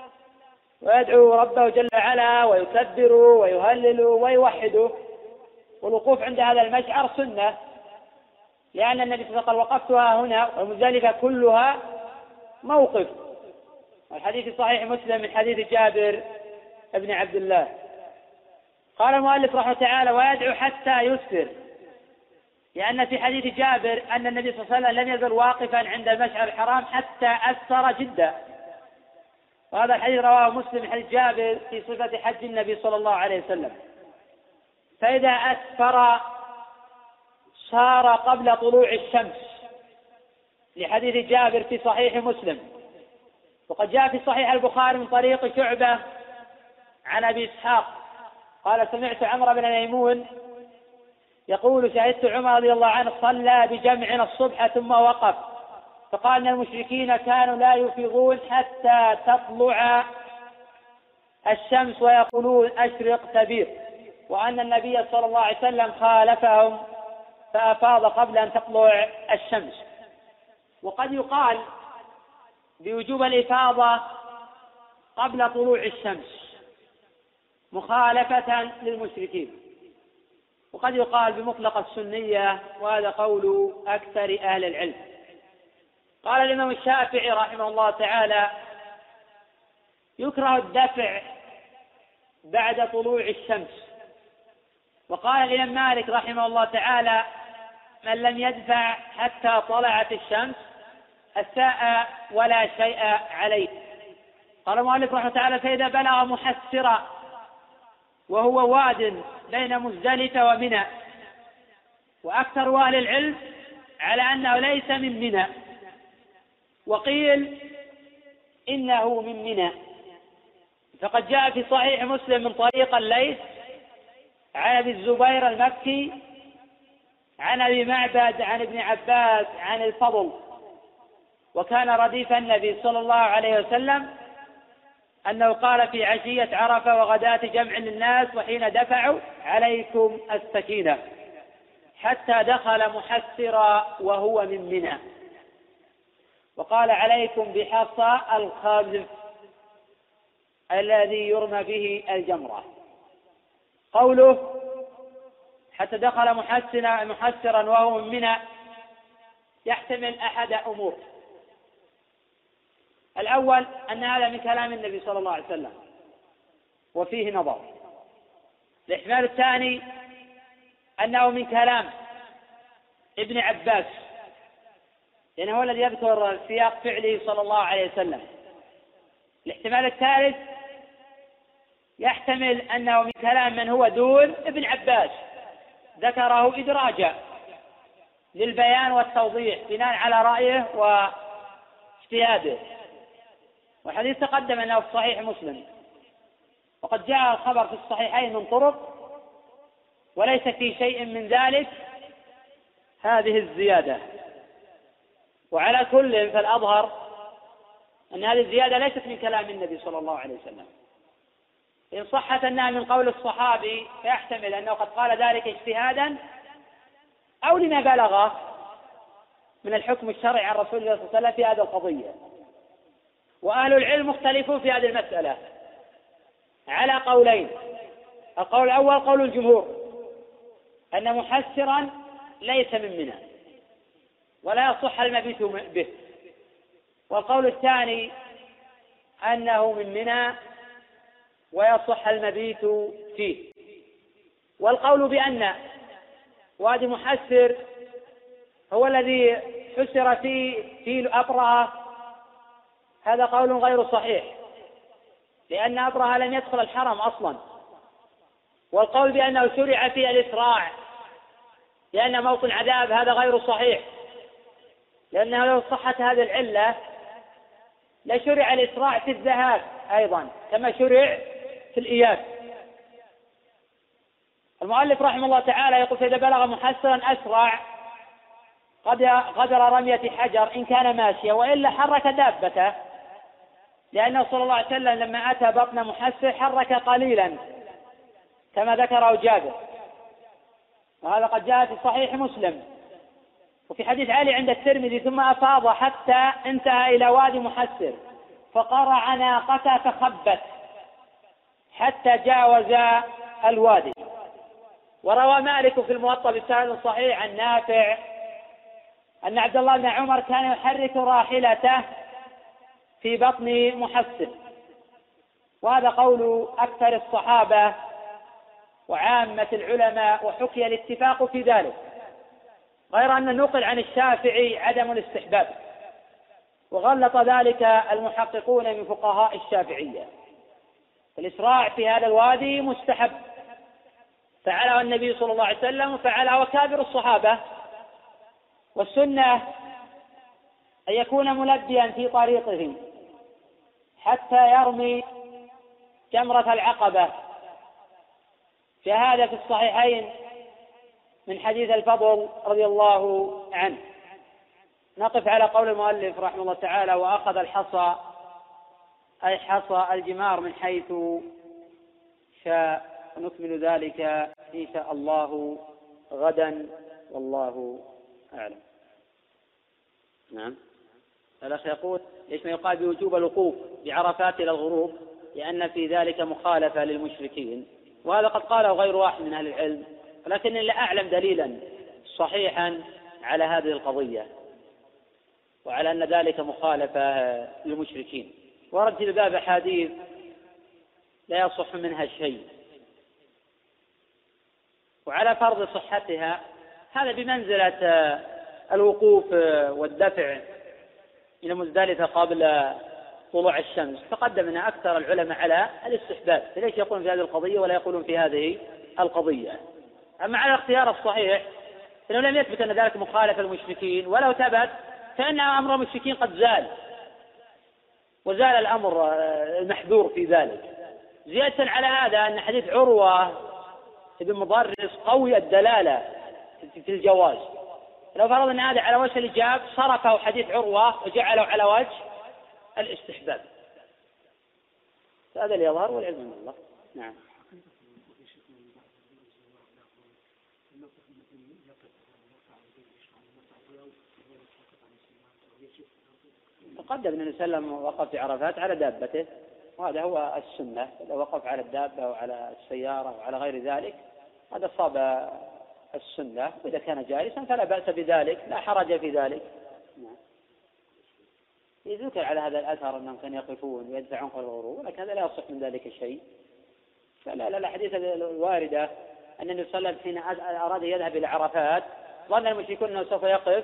ويدعو ربه جل وعلا ويكبر ويهلل ويوحده. والوقوف عند هذا المشعر سنة، لأن النبي صلى الله عليه وسلم قال: وقفتها هنا والمزدلفة كلها موقف. الحديث الصحيح مسلم من حديث جابر ابن عبد الله. قال المؤلف رحمه الله تعالى: ويدعو حتى يسفر، لأن في حديث جابر أن النبي صلى الله عليه وسلم لم يزل واقفا عند المشعر الحرام حتى أسفر جدا. وهذا الحديث رواه مسلم من حديث جابر في صفة حج النبي صلى الله عليه وسلم. فإذا أسفر صار قبل طلوع الشمس، لحديث جابر في صحيح مسلم. وقد جاء في صحيح البخاري من طريق شعبة عن أبي إسحاق قال سمعت عمرو بن ميمون يقول شهدت عمر رضي الله عنه صلى بجمعنا الصبح ثم وقف فقال ان المشركين كانوا لا يفيضون حتى تطلع الشمس ويقولون أشرق تبيض، وأن النبي صلى الله عليه وسلم خالفهم فأفاض قبل أن تطلع الشمس. وقد يقال بوجوب الإفاضة قبل طلوع الشمس مخالفة للمشركين، وقد يقال بمطلق السنية، وهذا قول أكثر أهل العلم. قال الإمام الشافعي رحمه الله تعالى يكره الدفع بعد طلوع الشمس. وقال الإمام مالك رحمه الله تعالى من لم يدفع حتى طلعت الشمس أساء ولا شيء عليه. قال المؤلف رحمه الله تعالى فإذا بلغ محسرا وهو واد بين مزدلفة ومنى، وأكثر أهل العلم على أنه ليس من منى، وقيل إنه من منى. فقد جاء في صحيح مسلم من طريق الليث عن أبي الزبير المكي عن أبي معبد عن ابن عباس عن الفضل وكان رديف النبي صلى الله عليه وسلم أنه قال في عشية عرفة وغداة جمع للناس وحين دفعوا عليكم السكينة حتى دخل محسرا وهو من منى، وقال عليكم بحصى الخذف الذي يرمى به الجمرة. قوله حتى دخل محسرا محسرا وهو من منى يحتمل أحد أمور. الأول أن هذا من كلام النبي صلى الله عليه وسلم وفيه نظر. الاحتمال الثاني أنه من كلام ابن عباس لأنه هو الذي يذكر سياق فعله صلى الله عليه وسلم. الاحتمال الثالث يحتمل أنه من كلام من هو دون ابن عباس ذكره إدراجا للبيان والتوضيح بناء على رأيه واجتهاده. والحديث تقدم أنه في صحيح مسلم، وقد جاء الخبر في الصحيحين من طرق وليس في شيء من ذلك هذه الزيادة. وعلى كل فالأظهر أن هذه الزيادة ليست من كلام النبي صلى الله عليه وسلم. إن صحت أنها من قول الصحابي فيحتمل أنه قد قال ذلك اجتهادا أو لما بلغ من الحكم الشرعي عن رسول الله صلى الله عليه وسلم في هذه القضية. وأهل العلم مختلفون في هذه المسألة على قولين. القول الأول قول الجمهور أن محسرا ليس من منى ولا يصح المبيت به، والقول الثاني أنه من منى ويصح المبيت فيه. والقول بأن وادي محسر هو الذي حسر فيه في أبرهة هذا قول غير صحيح، لأن أبرهة لم يدخل الحرم أصلا. والقول بأنه شرع فيه الإسراع لأن موطن عذاب هذا غير صحيح، لأنه لو صحت هذه العلة لشرع الإسراع في الذهاب أيضا كما شرع في الإياب. المؤلف رحمه الله تعالى يقول فإذا بلغ محسرا أسرع قدر رمية حجر إن كان ماشيا، وإلا حرك دابته، لأنه صلى الله عليه وسلم لما أتى بطن محسر حرك قليلا كما ذكره جابر، وهذا قد جاء في صحيح مسلم. وفي حديث علي عند الترمذي ثم أفاض حتى انتهى إلى وادي محسر فقرع ناقته فخبت حتى جاوز الوادي. وروى مالك في الموطأ بسند صحيح عن نافع أن عبد الله بن عمر كان يحرك راحلته في بطن محسر، وهذا قول أكثر الصحابة وعامة العلماء، وحكي الاتفاق في ذلك، غير أن نقل عن الشافعي عدم الاستحباب، وغلط ذلك المحققون من فقهاء الشافعية. الإسراع في هذا الوادي مستحب، فعله النبي صلى الله عليه وسلم وفعله وكابر الصحابة. والسنة أن يكون ملبيا في طريقه حتى يرمي جمرة العقبة. في هذا في الصحيحين من حديث الفضل رضي الله عنه. نقف على قول المؤلف رحمه الله تعالى: وأخذ الحصى، أي حصى الجمار من حيث شاء. ونكمل ذلك إن شاء الله غدا، والله أعلم. نعم. الأخ يقول: ليش ما يقال بوجوب الوقوف بعرفات إلى الغروب؟ لأن في ذلك مخالفة للمشركين، وهذا قد قاله غير واحد من أهل العلم، ولكنني لا أعلم دليلا صحيحا على هذه القضية وعلى أن ذلك مخالفة للمشركين. ورد في الباب أحاديث لا يصح منها شيء، وعلى فرض صحتها هذا بمنزلة الوقوف والدفع إلى مزدلفة قبل طلوع الشمس. تقدم أن أكثر العلماء على الاستحباب، فليش يقولون في هذه القضية ولا يقولون في هذه القضية؟ أما على الاختيار الصحيح فإنه لم يثبت أن ذلك مخالف المشركين، ولو ثبت فإن أمر المشركين قد زال، وزال الأمر المحذور في ذلك. زيادة على هذا أن حديث عروة بن مضرس قوي الدلالة في الجواز. لو فرضنا أن هذا على وجه الإجاب صرفه حديث عروة وجعله على وجه الاستحباب. هذا اللي يظهر والعلم من الله. نعم. تقدم أن النبي صلى الله عليه وسلم وقف في عرفات على دابته، وهذا هو السنة. إذا وقف على الدابة أو على السيارة وعلى غير ذلك هذا صاب السنة، وإذا كان جالسا فلا بأس بذلك، لا حرج في ذلك. نعم. يذكر على هذا الأثر أنهم كانوا يقفون ويدفعون قبل الغروب، ولكن هذا لا يصح من ذلك شيء. فلا لا الحديث الواردة أن النبي صلى الله عليه وسلم حين أراد يذهب إلى عرفات ظن المشركون أنه سوف يقف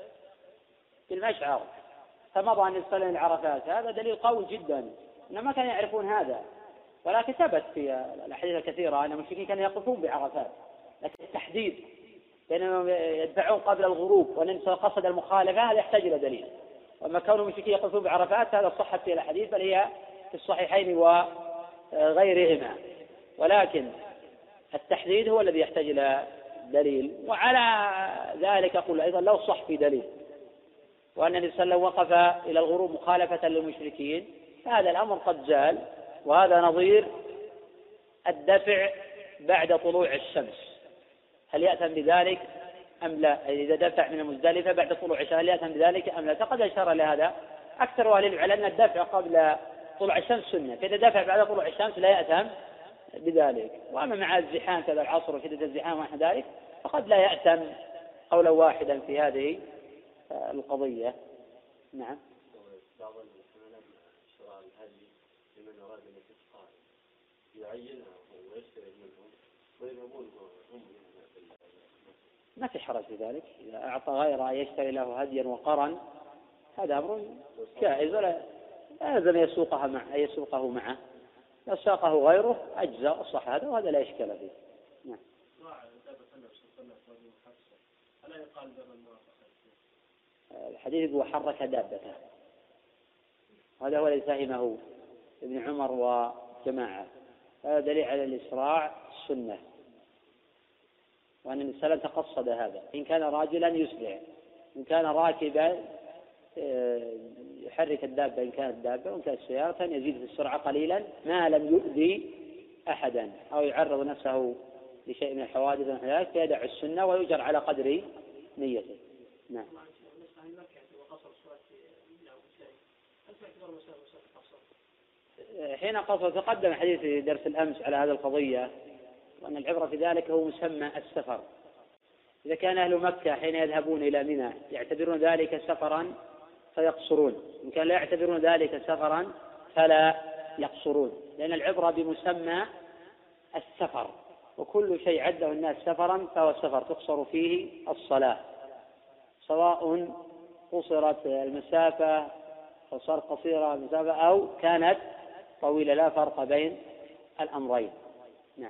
في المشعر، فمضى النبي صلى الله عليه وسلم إلى عرفات. هذا دليل قوي جدا أنهم ما كانوا يعرفون هذا، ولكن ثبت في الأحاديث الكثيرة أن المشركين كانوا يقفون بعرفات، لكن التحديد بأنهم يدفعون قبل الغروب وأن النبي قصد المخالفة هذا يحتاج إلى دليل. وأما كون المشركين يقفون بعرفات هذا صحت في الأحاديث، بل هي في الصحيحين وغيرهما، ولكن التحديد هو الذي يحتاج إلى دليل. وعلى ذلك أقول أيضا لو صح في دليل وأن النبي صلى الله عليه وسلم وقف إلى الغروب مخالفة للمشركين فهذا الأمر قد زال، وهذا نظير الدفع بعد طلوع الشمس. هل يأتم بذلك أم لا؟ إذا دفع من المزدلفة بعد طلوع الشمس هل يأتم بذلك أم لا؟ فقد أشار لهذا أكثر أهل العلم أن الدفع قبل طلوع الشمس سنة، فإذا دفع بعد طلوع الشمس لا يأتم بذلك. وأما مع الزحام كذا العصر وشدة الزحام ونحو ذلك فقد لا يأتم قولا واحدا في هذه القضية. نعم. بعض المحملات شراء الهدي لمن أراد أن يتقاعد يعينها ويشتري منهم ويذهبون هم. ما في حرج في ذلك، إذا أعطى غيره يشتري له هديا وقرا هذا أمر جائز، ولا لازم يسوقها مع يسوقه معه، لو ساقه غيره أجزاء صح هذا، وهذا لا إشكال فيه. نعم. الحديث هو حرك دابته، هذا هو الذي فهمه ابن عمر وجماعة، هذا دليل على الإسراع السنة، وأن النبي صلى الله عليه وسلم تقصد هذا. إن كان راجلا يسرع، إن كان راكبا يحرك الدابة إن كانت دابة، وإن كانت سيارة يزيد في السرعة قليلا ما لم يؤذي أحدا أو يعرض نفسه لشيء من الحوادث ونحو ذلك، فيدع السنة ويجر على قدر نيته. نعم. حين قصر تقدم حديث في درس الأمس على هذا القضية، وأن العبرة في ذلك هو مسمى السفر. إذا كان أهل مكة حين يذهبون إلى منى يعتبرون ذلك سفرا فيقصرون، إن كان لا يعتبرون ذلك سفرا فلا يقصرون، لأن العبرة بمسمى السفر، وكل شيء عده الناس سفرا فهو سفر تقصر فيه الصلاة، سواء قصرت المسافة أو صارت قصيرة المسافة أو كانت طويلة، لا فرق بين الأمرين. نعم.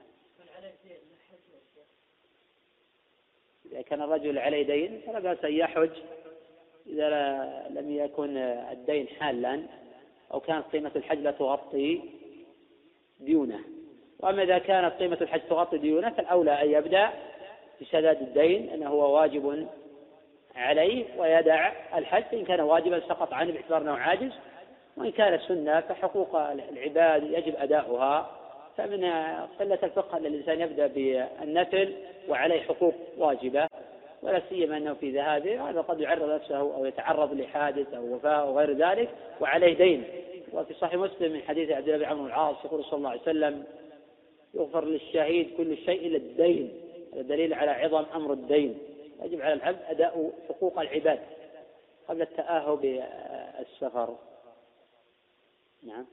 إذا كان الرجل عليه دين فلا بأس أن يحج إذا لم يكن الدين حالا، أو كانت قيمة الحج لا تغطي ديونه. وأما إذا كانت قيمة الحج تغطي ديونه فالأولى أن يبدأ بسداد الدين أنه هو واجب عليه ويدع الحج إن كان واجبا سقط عنه باعتبار أنه عاجز، وإن كان سنة فحقوق العباد يجب أداؤها. فمن قلة الفقه أن الإنسان يبدأ بالنفل وعليه حقوق واجبة، ولا سيما أنه في ذهابه هذا قد يعرض نفسه أو يتعرض لحادث أو وفاة أو غير ذلك وعليه دين. وفي صحيح مسلم من حديث عبد الله بن عمرو بن العاص يقول صلى الله عليه وسلم: يغفر للشهيد كل شيء إلا الدين. هذا دليل على عظم أمر الدين. يجب على العبد أداء حقوق العباد قبل التأهب بالسفر. نعم.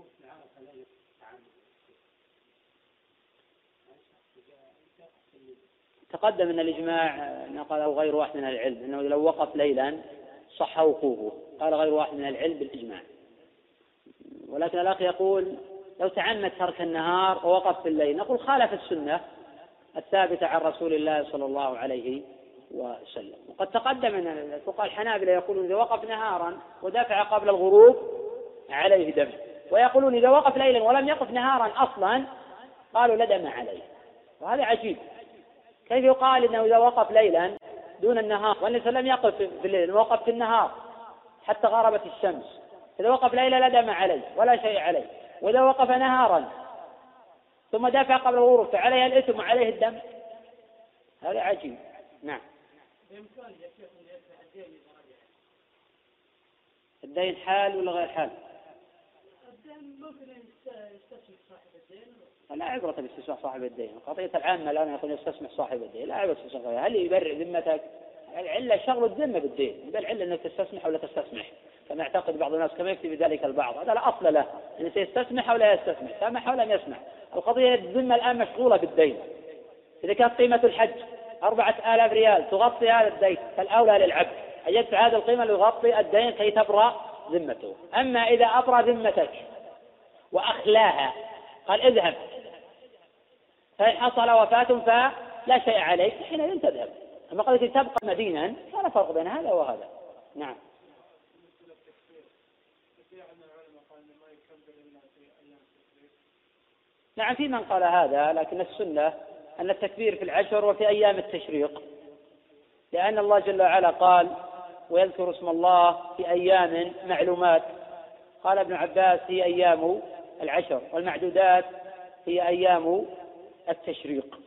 تقدم أن الإجماع نقله غير واحد من العلم أنه لو وقف ليلا صح وقوفه، قال غير واحد من العلم بالإجماع. ولكن الأخ يقول لو تعمد ترك النهار ووقف في الليل، نقول خالف السنة الثابتة عن رسول الله صلى الله عليه وسلم. وقد تقدم أن الفقهاء الحنابلة يقولون إذا وقف نهارا ودفع قبل الغروب عليه دم، ويقولون إذا وقف ليلا ولم يقف نهارا أصلا قالوا لا دم عليه. وهذا عجيب، كيف يقال إنه إذا وقف ليلا دون النهار والنبي لم يقف في الليل وقف في النهار حتى غربت الشمس، إذا وقف ليلا لا دم عليه ولا شيء عليه، وإذا وقف نهارا ثم دفع قبل الغروب فعليه الإثم وعليه الدم؟ هذا عجيب. نعم. الدين حال ولا غير حال؟ الدين ممكن يستسمح صاحب الدين. لا عبرة باستسماح صاحب الدين. قضية العامة الآن يقول يستسمح صاحب الدين، لا عبرة باستسماح. هل يبرع ذمتك؟ العلة شغل الذمة بالدين، بل العلة أنك تستسمح أو لا تستسمح، كما يعتقد بعض الناس كما يكتب ذلك البعض. هذا لا أصل له، أن سيستسمح أو لا يستسمح، سامح أو لم يسمح. القضية الذمة الآن مشغولة بالدين. إذا كانت قيمة الحج أربعة آلاف ريال تغطي هذا الدين فالأولى للعبد أن يدفع هذه القيمة ليغطي الدين كي تبرأ ذمته. أما إذا أبرى ذمتك وأخلاها قال اذهب فإن حصل وفاة فلا شيء عليك حينئذ تذهب. أما قالت تبقى مدينا فلا فرق بين هذا وهذا. نعم. نعم في من قال هذا، لكن السنة أن التكبير في العشر وفي أيام التشريق، لأن الله جل وعلا قال ويذكر اسم الله في أيام معلومات. قال ابن عباس هي أيام العشر، والمعدودات هي أيام التشريق.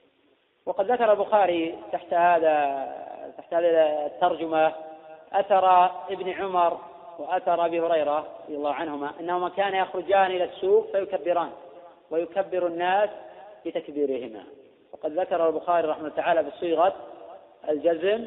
وقد ذكر البخاري تحت هذا تحت هذه الترجمة أثر ابن عمر وأثر أبي هريرة رضي الله عنهما أنهما كان يخرجان إلى السوق فيكبران ويكبر الناس بتكبيرهما. وقد ذكر البخاري رحمه الله تعالى بصيغة الجزم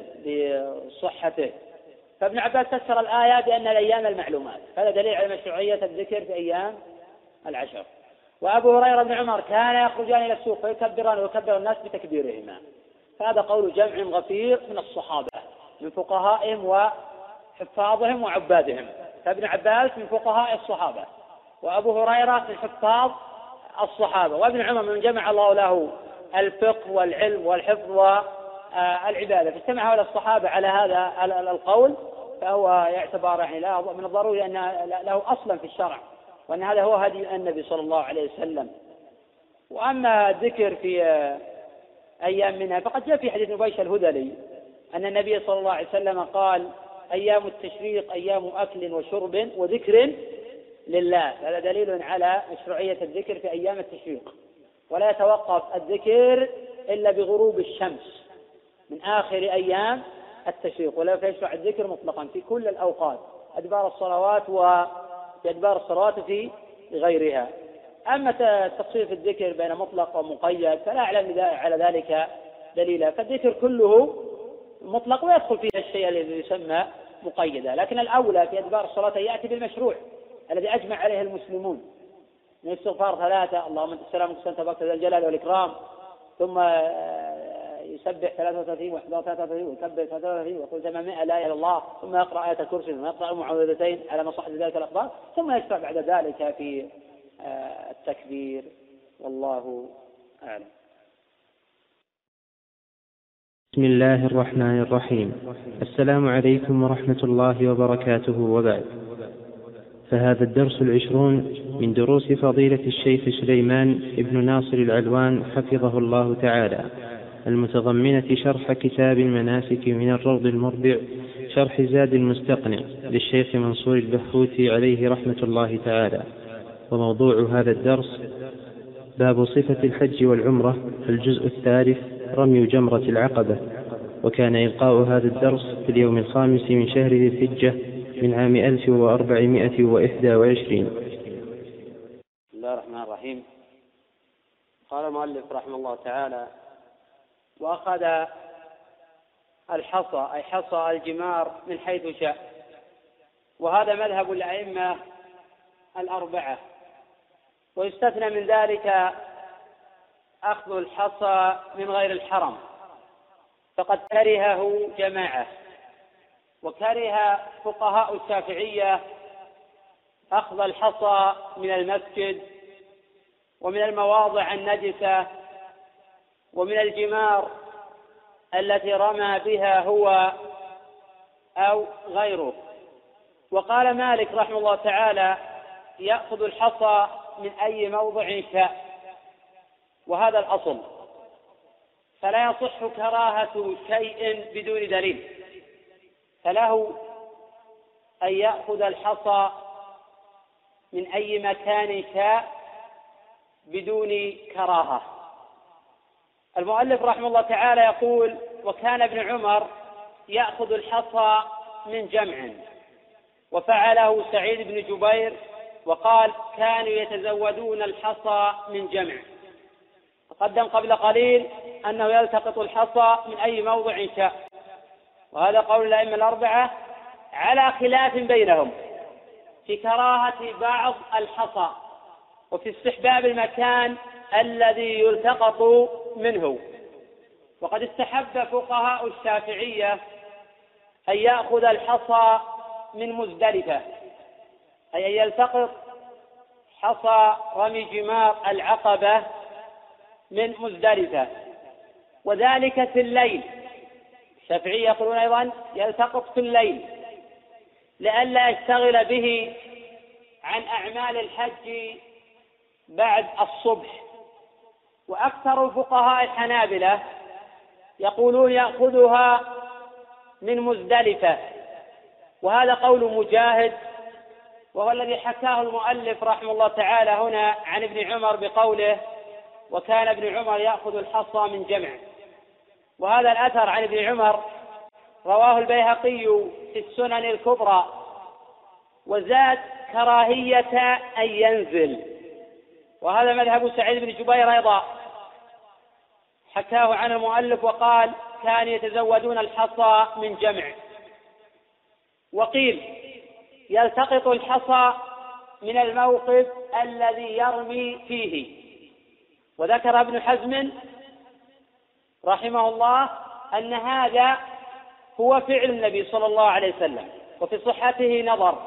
بصحته. فابن عباس فسر الآية بأن الأيام المعلومات، هذا دليل على مشروعية الذكر في أيام العشر. وأبو هريرة بن عمر كان يخرجان إلى السوق فيكبران ويكبر الناس بتكبيرهما. فهذا قول جمع غفير من الصحابة من فقهائهم وحفاظهم وعبادهم. فابن عباس من فقهاء الصحابة، وأبو هريرة من حفاظ الصحابة، وابن عمر من جمع الله له الفقه والعلم والحفظ والعبادة. فاجتمع هؤلاء الصحابة على هذا القول، فهو يعتبر يعني لا من الضروري أن له أصلا في الشرع، وأن هذا هو هدي النبي صلى الله عليه وسلم. وأما الذكر في أيام منها فقد جاء في حديث نبيش الهذلي أن النبي صلى الله عليه وسلم قال أيام التشريق أيام أكل وشرب وذكر لله. هذا دليل على مشروعية الذكر في أيام التشريق، ولا يتوقف الذكر إلا بغروب الشمس من آخر أيام التشريق، ولا يشرع الذكر مطلقا في كل الأوقات أدبار الصلوات وفي أدبار الصلوات في غيرها. أما تفصيل في الذكر بين مطلق ومقيد فلا أعلم على ذلك دليلا، فالذكر كله مطلق ويدخل فيه الشيء الذي يسمى مقيدا، لكن الأولى في أدبار الصلاة يأتي بالمشروع الذي أجمع عليه المسلمون من استغفار ثلاثة اللهم أنت السلام وأنت تبارك ذا الجلال والإكرام، ثم يسبح ثلاثة وثلاثين ويحضر ثلاثة وثلاثين ويكبر ثلاثة وثلاثين ويقول ثمانمائة لا إله إلا الله، ثم يقرأ آية الكرسي ثم يقرأ المعوذتين على ما صح ذلك الأخبار، ثم يشرع بعد ذلك في التكبير. والله أعلم. بسم الله الرحمن الرحيم. السلام عليكم ورحمة الله وبركاته، وبعد، فهذا الدرس العشرون من دروس فضيلة الشيخ سليمان بن ناصر العلوان حفظه الله تعالى، المتضمنة شرح كتاب المناسك من الروض المربع شرح زاد المستقنع للشيخ منصور البحوثي عليه رحمة الله تعالى. وموضوع هذا الدرس باب صفة الحج والعمرة، الجزء الثالث، رمي جمرة العقبة. وكان إلقاء هذا الدرس في اليوم الخامس من شهر ذي الحجة من عام ألف وأربعمائة وإحدى وعشرين. بسم الله الرحمن الرحيم. قال المؤلف رحمه الله تعالى: وأخذ الحصى أي حصى الجمار من حيث شاء. وهذا مذهب الأئمة الأربعة، ويستثنى من ذلك أخذ الحصى من غير الحرم، فقد كرهه جماعة. وكره فقهاء الشافعية أخذ الحصى من المسجد ومن المواضع النجسة ومن الجمار التي رمى بها هو أو غيره. وقال مالك رحمه الله تعالى: يأخذ الحصى من أي موضع شاء، وهذا الأصل، فلا يصح كراهة شيء بدون دليل، فله أن يأخذ الحصى من أي مكان شاء بدون كراهة. المؤلف رحمه الله تعالى يقول: وكان ابن عمر يأخذ الحصى من جمع، وفعله سعيد بن جبير، وقال: كانوا يتزودون الحصى من جمع. تقدم قبل قليل أنه يلتقط الحصى من أي موضع شاء، وهذا قول الأئمة الأربعة على خلاف بينهم في كراهة بعض الحصى وفي استحباب المكان الذي يلتقط منه. وقد استحب فقهاء الشافعية أن يأخذ الحصى من مزدلفة، أي أن يلتقط حصى رمي جمار العقبة من مزدلفة، وذلك في الليل. الشافعية يقولون أيضا يلتقط في الليل لئلا يشتغل به عن أعمال الحج بعد الصبح. وأكثر فقهاء الحنابلة يقولون يأخذها من مزدلفة، وهذا قول مجاهد، وهو الذي حكاه المؤلف رحمه الله تعالى هنا عن ابن عمر بقوله: وكان ابن عمر يأخذ الحصى من جمع. وهذا الأثر عن ابن عمر رواه البيهقي في السنن الكبرى، وزاد كراهية أن ينزل، وهذا مذهب سعيد بن جبير أيضا، حكاه عن المؤلف وقال: كانوا يتزودون الحصى من جمع. وقيل يلتقط الحصى من الموقف الذي يرمي فيه. وذكر ابن حزم رحمه الله أن هذا هو فعل النبي صلى الله عليه وسلم، وفي صحته نظر،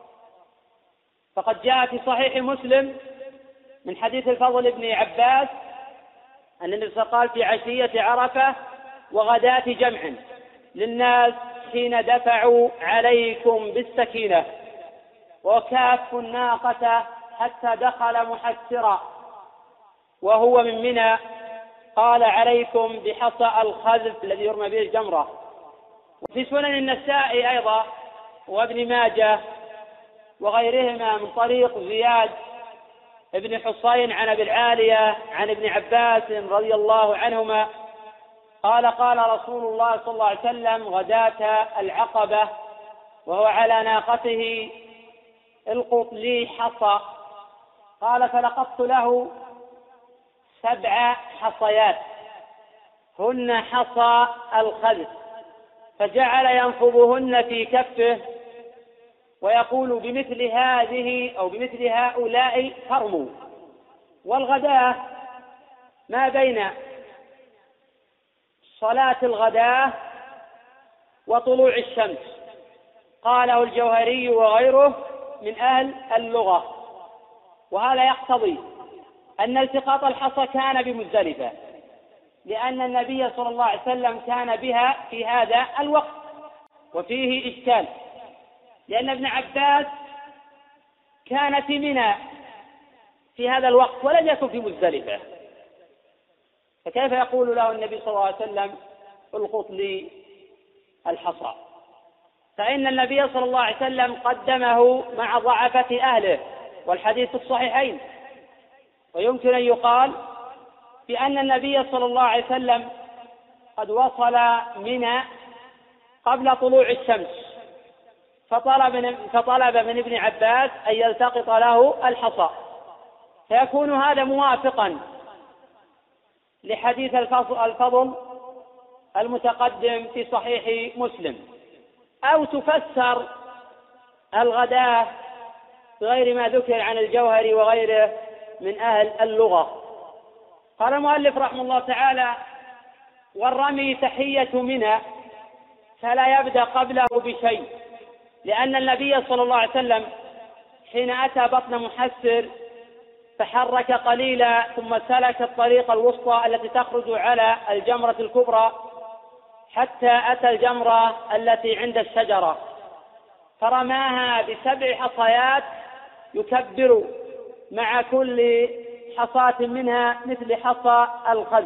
فقد جاء في صحيح مسلم من حديث الفضل بن عباس أن النبي صلى الله عليه وسلم قال في عشية عرفة وغداة جمع للناس حين دفعوا عليكم بالسكينة وكافوا الناقة حتى دخل محسرا وهو من منى، قال: عليكم بحصى الخذف الذي يرمى به الجمرة. وفي سنن النسائي أيضا وابن ماجه وغيرهما من طريق زياد ابن حصين عن أبي العالية عن ابن عباس رضي الله عنهما قال: قال رسول الله صلى الله عليه وسلم غداة العقبة وهو على ناقته: القط لي حصى. قال: فلقطت له سبع حصيات هن حصى الخذف، فجعل ينفضهن في كفه ويقول: بمثل هذه أو بمثل هؤلاء فرموا. والغداة ما بين صلاة الغداة وطلوع الشمس، قاله الجوهري وغيره من أهل اللغة. وهذا يقتضي أن التقاط الحصى كان بمزدلفة، لأن النبي صلى الله عليه وسلم كان بها في هذا الوقت. وفيه إشكال، لأن ابن عباس كان في منى في هذا الوقت ولم يكن في مزدلفة، فكيف يقول له النبي صلى الله عليه وسلم القط لي الحصى؟ فإن النبي صلى الله عليه وسلم قدمه مع ضعفة أهله، والحديث في الصحيحين. ويمكن أن يقال بأن النبي صلى الله عليه وسلم قد وصل منى قبل طلوع الشمس، فطلب من, فطلب من ابن عباس أن يلتقط له الحصى، فيكون هذا موافقا لحديث الفضل المتقدم في صحيح مسلم. أو تفسر الغداة بغير ما ذكر عن الجوهري وغيره من أهل اللغة. قال المؤلف رحمه الله تعالى: والرمي تحية منى، فلا يبدأ قبله بشيء، لأن النبي صلى الله عليه وسلم حين أتى بطن محسر تحرك قليلا ثم سلك الطريق الوسطى التي تخرج على الجمرة الكبرى حتى أتى الجمرة التي عند الشجرة، فرماها بسبع حصيات يكبر مع كل حصاة منها مثل حصى الخز،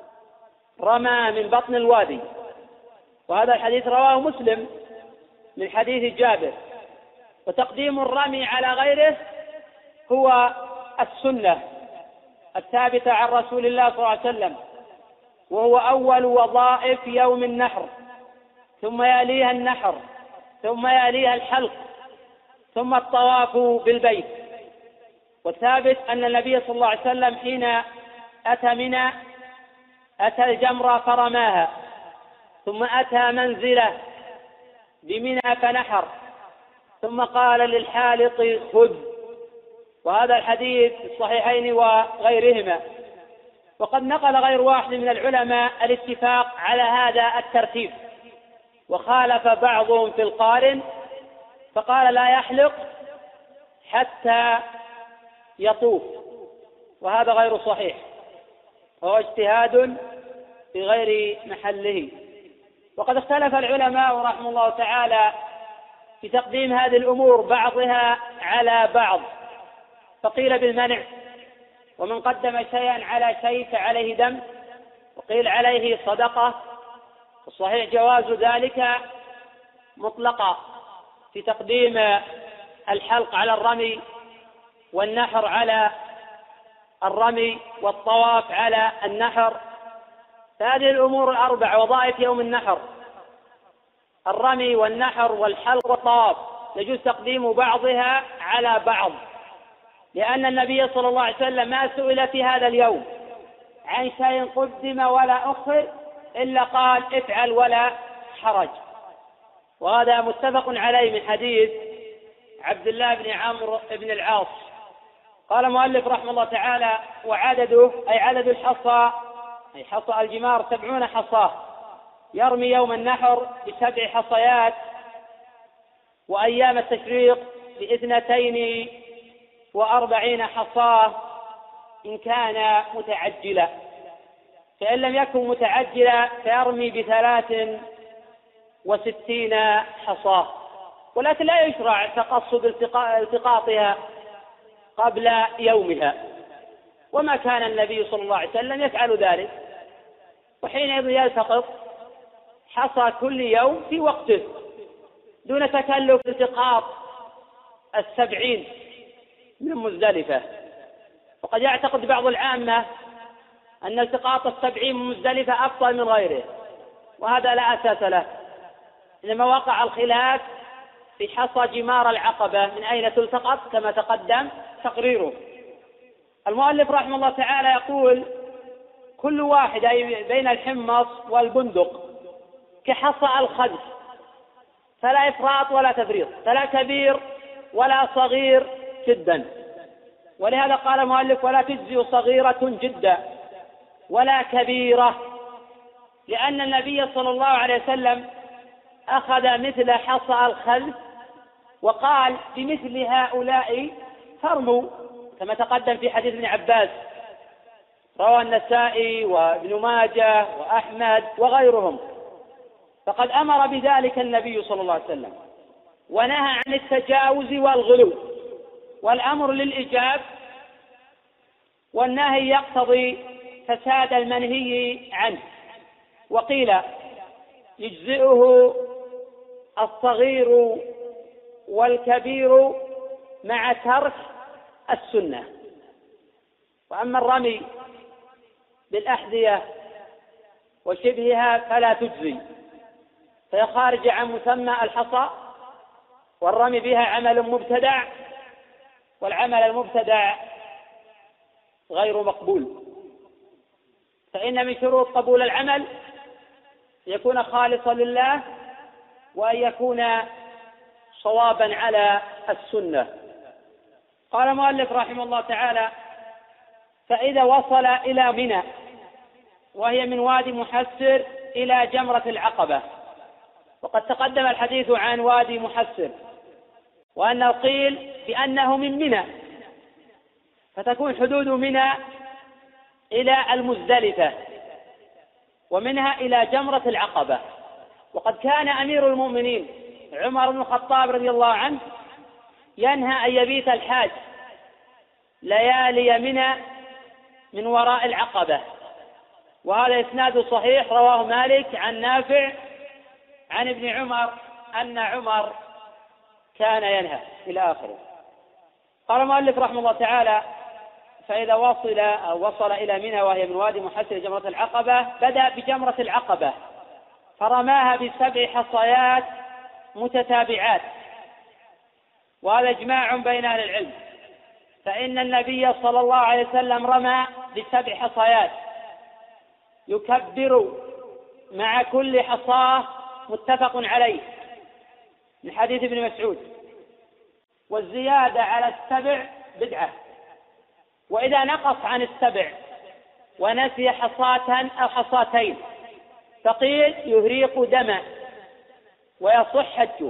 رمى من بطن الوادي. وهذا الحديث رواه مسلم من حديث جابر. وتقديم الرمي على غيره هو السنة الثابتة عن رسول الله صلى الله عليه وسلم، وهو أول وظائف يوم النحر، ثم يليها النحر، ثم يليها الحلق، ثم الطواف بالبيت. والثابت أن النبي صلى الله عليه وسلم حين أتى منى أتى الجمرة فرماها، ثم أتى منزله بمنى فنحر، ثم قال للحالق خذ. وهذا الحديث في الصحيحين وغيرهما. وقد نقل غير واحد من العلماء الاتفاق على هذا الترتيب، وخالف بعضهم في القارن فقال لا يحلق حتى يطوف، وهذا غير صحيح، وهو اجتهاد في غير محله. وقد اختلف العلماء رحمه الله تعالى في تقديم هذه الأمور بعضها على بعض، فقيل بالمنع، ومن قدم شيئا على شيء فعليه دم، وقيل عليه صدقة. الصحيح جواز ذلك مطلقا في تقديم الحلق على الرمي، والنحر على الرمي، والطواف على النحر. فهذه الأمور الأربع وظائف يوم النحر: الرمي والنحر والحلق والطواف، يجوز تقديم بعضها على بعض، لأن النبي صلى الله عليه وسلم ما سئل في هذا اليوم عن شيء قدم ولا أخر إلا قال افعل ولا حرج. وهذا متفق عليه من حديث عبد الله بن عمرو بن العاص. قال المؤلف رحمه الله تعالى: وعدده أي عدد الحصى أي حصى الجمار سبعون حصاه، يرمي يوم النحر بسبع حصيات، وأيام التشريق باثنتين وأربعين حصاه إن كان متعجلا، فإن لم يكن متعجلا فيرمي بثلاث وستين حصاه. ولكن لا يشرع تقصد التقاطها قبل يومها، وما كان النبي صلى الله عليه وسلم يفعل ذلك، وحينئذ يلتقط حصى كل يوم في وقته دون تكلف التقاط السبعين من مزدلفة. وقد يعتقد بعض العامة أن التقاط السبعين من مزدلفة أفضل من غيره، وهذا لا أساس له، إنما وقع الخلاف في حصى جمار العقبة من أين تلتقط كما تقدم تقريره. المؤلف رحمه الله تعالى يقول: كل واحد أي بين الحمص والبندق كحصى الخذف، فلا إفراط ولا تفريط، فلا كبير ولا صغير جدا. ولهذا قال المؤلف: ولا تجزي صغيرة جدا ولا كبيرة، لأن النبي صلى الله عليه وسلم أخذ مثل حصى الخذف وقال بمثل هؤلاء فرموا، كما تقدم في حديث ابن عباس رواه النسائي وابن ماجه وأحمد وغيرهم. فقد أمر بذلك النبي صلى الله عليه وسلم ونهى عن التجاوز والغلو، والأمر للإيجاب والنهي يقتضي فساد المنهي عنه. وقيل يجزئه الصغير والكبير مع ترك السنة. وأما الرمي بالأحذية وشبهها فلا تجزي، فهي خارجة عن مسمى الحصى، والرمي بها عمل مبتدع، والعمل المبتدع غير مقبول. فإن من شروط قبول العمل يكون خالصا لله، وأن يكون صوابا على السنة. قال المؤلف رحمه الله تعالى: فإذا وصل إلى منى وهي من وادي محسر إلى جمرة العقبة. وقد تقدم الحديث عن وادي محسر، وأنه قيل بأنه من منى، فتكون حدود منى إلى المزدلفة، ومنها إلى جمرة العقبة. وقد كان أمير المؤمنين عمر بن الخطاب رضي الله عنه ينهى أن يبيت الحاج ليالي منى من وراء العقبة، وهذا إسناد صحيح رواه مالك عن نافع عن ابن عمر أن عمر كان ينهى إلى آخره. قال المؤلف رحمه الله تعالى: فإذا وصل أو وصل إلى منى وهي من وادي محسر جمرة العقبة، بدأ بجمرة العقبة فرماها بسبع حصيات متتابعات، وهذا إجماع بين أهل العلم، فإن النبي صلى الله عليه وسلم رمى بسبع حصيات يكبر مع كل حصاة متفق عليه من حديث ابن مسعود، والزيادة على السبع بدعة. وإذا نقص عن السبع ونسي حصاة أو حصاتين فقيل يهريق دما ويصح حجه.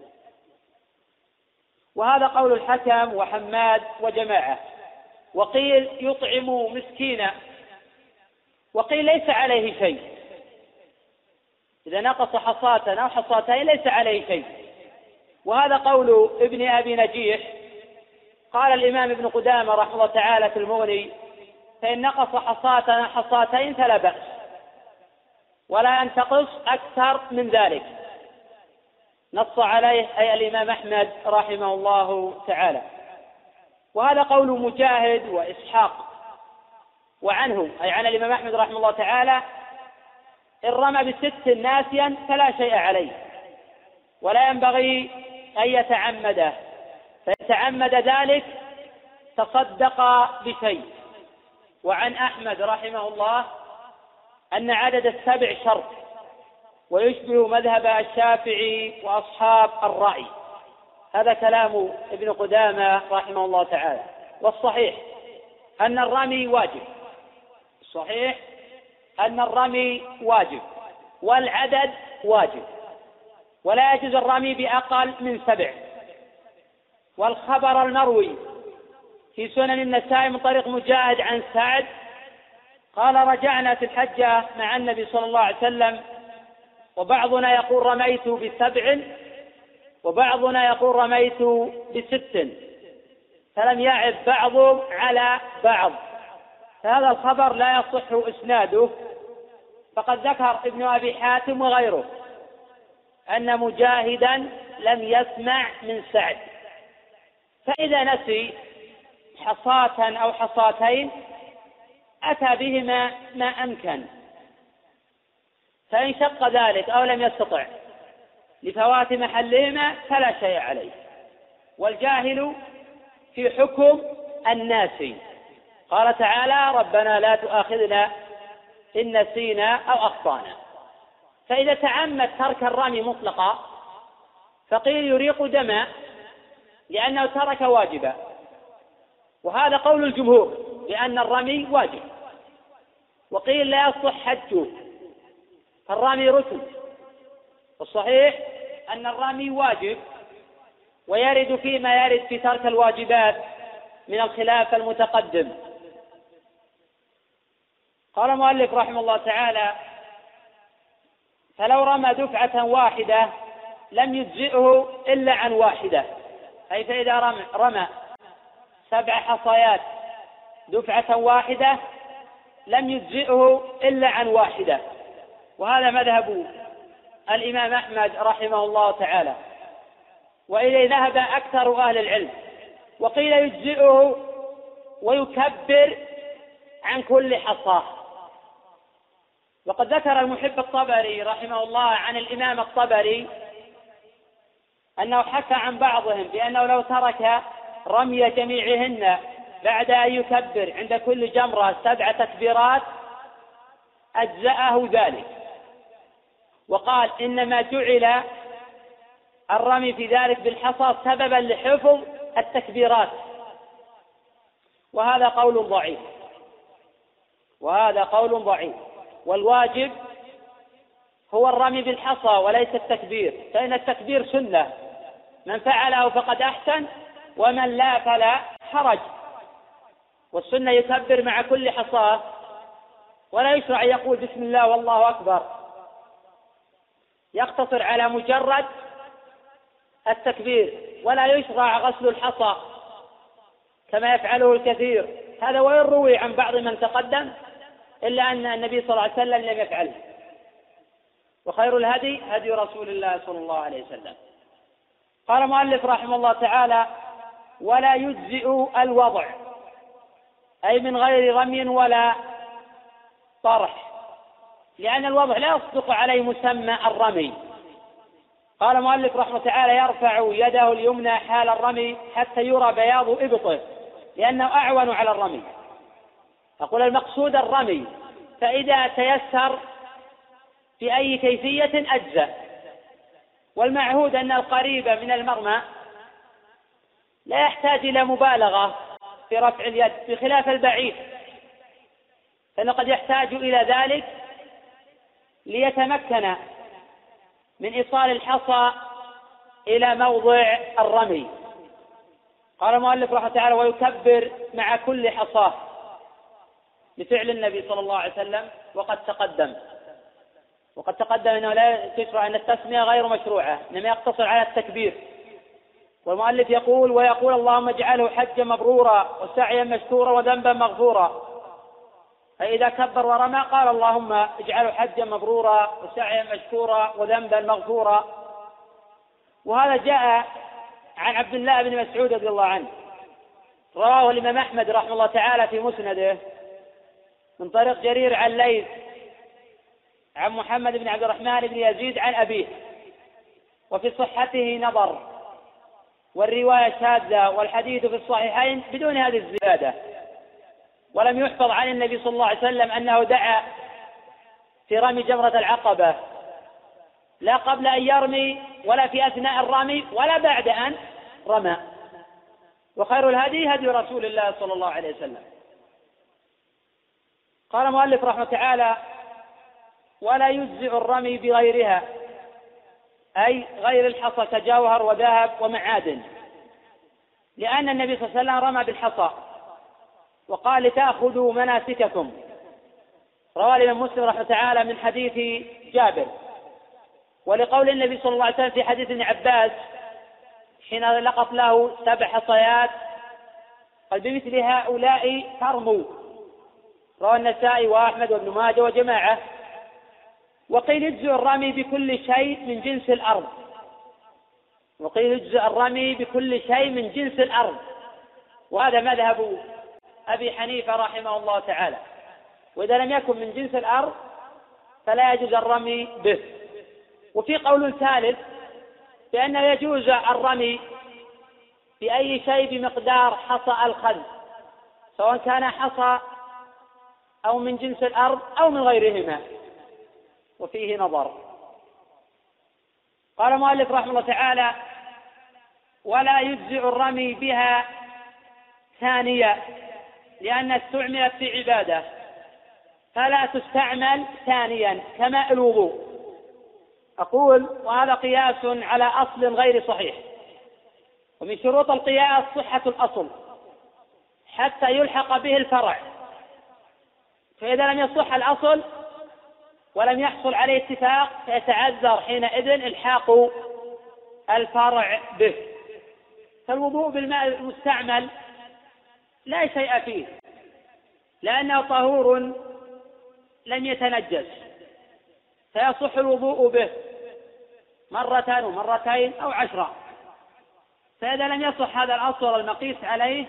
وهذا قول الحكم وحماد وجماعة. وقيل يطعم مسكينا، وقيل ليس عليه شيء، إذا نقص حصاة أو حصاتين ليس عليه شيء. وهذا قول ابن أبي نجيح. قال الإمام ابن قدامة رحمه الله تعالى في المغني: فإن نقص حصاة أو حصاتين فلا بأس، ولا أن تقص أكثر من ذلك. نص عليه أي الإمام أحمد رحمه الله تعالى. وهذا قول مجاهد وإسحاق، وعنه أي عن الإمام أحمد رحمه الله تعالى: إن رمى بست ناسيا فلا شيء عليه، ولا ينبغي أن يتعمده، فيتعمد ذلك تصدق بشيء. وعن أحمد رحمه الله أن عدد السبع شرط، ويشبه مذهب الشافعي وأصحاب الرأي. هذا كلام ابن قدامة رحمه الله تعالى. والصحيح أن الرمي واجب، الصحيح أن الرمي واجب، والعدد واجب، ولا يجوز الرمي بأقل من سبع. والخبر المروي في سنن النسائي من طريق مجاهد عن سعد قال: رجعنا في الحجة مع النبي صلى الله عليه وسلم، وبعضنا يقول رميت بسبع، وبعضنا يقول رميت بست، فلم يعب بعض على بعض. فهذا الخبر لا يصح إسناده. فقد ذكر ابن أبي حاتم وغيره أن مجاهدا لم يسمع من سعد. فإذا نسي حصاة أو حصاتين أتى بهما ما أمكن، فإن شق ذلك أو لم يستطع لفوات محلهما فلا شيء عليه. والجاهل في حكم الناسي. قال تعالى: ربنا لا تؤاخذنا إن نسينا أو أخطأنا. فإذا تعمد ترك الرمي مطلقا فقيل يريق دما لأنه ترك واجبا، وهذا قول الجمهور لأن الرمي واجب. وقيل لا يصح حجه، فالرمي ركن. والصحيح أن الرمي واجب، ويرد فيما يرد في ترك الواجبات من الخلاف المتقدم. قال المؤلف رحمه الله تعالى: فلو رمى دفعة واحدة لم يجزئه إلا عن واحدة، أي فإذا رمى, رمى سبع حصيات دفعة واحدة لم يجزئه إلا عن واحدة، وهذا مذهب الإمام أحمد رحمه الله تعالى، وإليه ذهب أكثر أهل العلم. وقيل يجزئه ويكبر عن كل حصاه. وقد ذكر المحب الطبري رحمه الله عن الإمام الطبري أنه حكى عن بعضهم بأنه لو ترك رمي جميعهن بعد أن يكبر عند كل جمرة سبع تكبيرات أجزأه ذلك، وقال إنما جعل الرمي في ذلك بالحصى سببا لحفظ التكبيرات، وهذا قول ضعيف وهذا قول ضعيف والواجب هو الرمي بالحصى وليس التكبير، فإن التكبير سنة، من فعله فقد أحسن ومن لا فلا حرج، والسنة يكبر مع كل حصاه، ولا يشرع يقول بسم الله والله أكبر، يقتصر على مجرد التكبير، ولا يشرع غسل الحصى كما يفعله الكثير، هذا وإن روي عن بعض من تقدم إلا أن النبي صلى الله عليه وسلم لم يفعله. وخير الهدي هدي رسول الله صلى الله عليه وسلم. قال المؤلف رحمه الله تعالى: ولا يجزئ الوضع، أي من غير رمي ولا طرح، لأن الوضع لا يصدق عليه مسمى الرمي. قال المؤلف رحمه الله تعالى: يرفع يده اليمنى حال الرمي حتى يرى بياض إبطه، لأنه أعون على الرمي. أقول المقصود الرمي، فإذا تيسر في أي كيفية أجزأ. والمعهود أن القريب من المرمى لا يحتاج إلى مبالغة في رفع اليد، بخلاف البعيد فإنه قد يحتاج إلى ذلك ليتمكن من إيصال الحصى إلى موضع الرمي. قال المؤلف رحمه الله تعالى: ويكبر مع كل حصاه، لفعل النبي صلى الله عليه وسلم. وقد تقدم وقد تقدم أنه لا تشرع، أن التسمية غير مشروعة، إنما يقتصر على التكبير. والمؤلف يقول: ويقول اللهم اجعله حجا مبرورا وسعيا مشكورا وذنبا مغفورا. فإذا كبر ورمى قال اللهم اجعله حجا مبرورا وسعيا مشكورا وذنبا مغفورا. وهذا جاء عن عبد الله بن مسعود رضي الله عنه، رواه الإمام أحمد رحمه الله تعالى في مسنده من طريق جرير عن ليث عن محمد بن عبد الرحمن بن يزيد عن أبيه، وفي صحته نظر، والرواية شاذة، والحديث في الصحيحين بدون هذه الزيادة. ولم يحفظ عن النبي صلى الله عليه وسلم أنه دعا في رمي جمرة العقبة، لا قبل أن يرمي ولا في أثناء الرمي ولا بعد أن رمى. وخير الهدي هدي رسول الله صلى الله عليه وسلم. قال المؤلف رحمه تعالى: ولا يجزئ الرمي بغيرها، أي غير الحصى كجوهر وذهب ومعادن، لأن النبي صلى الله عليه وسلم رمى بالحصى وقال: لتأخذوا مناسككم. رواه الإمام مسلم رحمه تعالى من حديث جابر. ولقول النبي صلى الله عليه وسلم في حديث ابن عباس حين لقط له سبع حصيات قال: بمثل هؤلاء ترموا. رواه النسائي وأحمد وابن ماجه وجماعة. وقيل يجزئ الرمي بكل شيء من جنس الأرض وقيل يجزئ الرمي بكل شيء من جنس الأرض وهذا مذهب أبي حنيفة رحمه الله تعالى. وإذا لم يكن من جنس الأرض فلا يجوز الرمي به. وفي قول ثالث بأنه يجوز الرمي بأي شيء بمقدار حصى الخز، سواء كان حصى أو من جنس الأرض أو من غيرهما، وفيه نظر. قال المؤلف رحمه الله تعالى: ولا يجزئ الرمي بها ثانية، لأن استعملت في عبادة فلا تستعمل ثانيا كماء الوضوء. أقول وهذا قياس على أصل غير صحيح، ومن شروط القياس صحة الأصل حتى يلحق به الفرع، فإذا لم يصح الأصل ولم يحصل عليه اتفاق فيتعذر حينئذ الحاق الفرع به. فالوضوء بالماء المستعمل لا شيء فيه، لأنه طهور لم يتنجس فيصح الوضوء به مرة ومرتين أو عشرة. فإذا لم يصح هذا الأصل المقيس عليه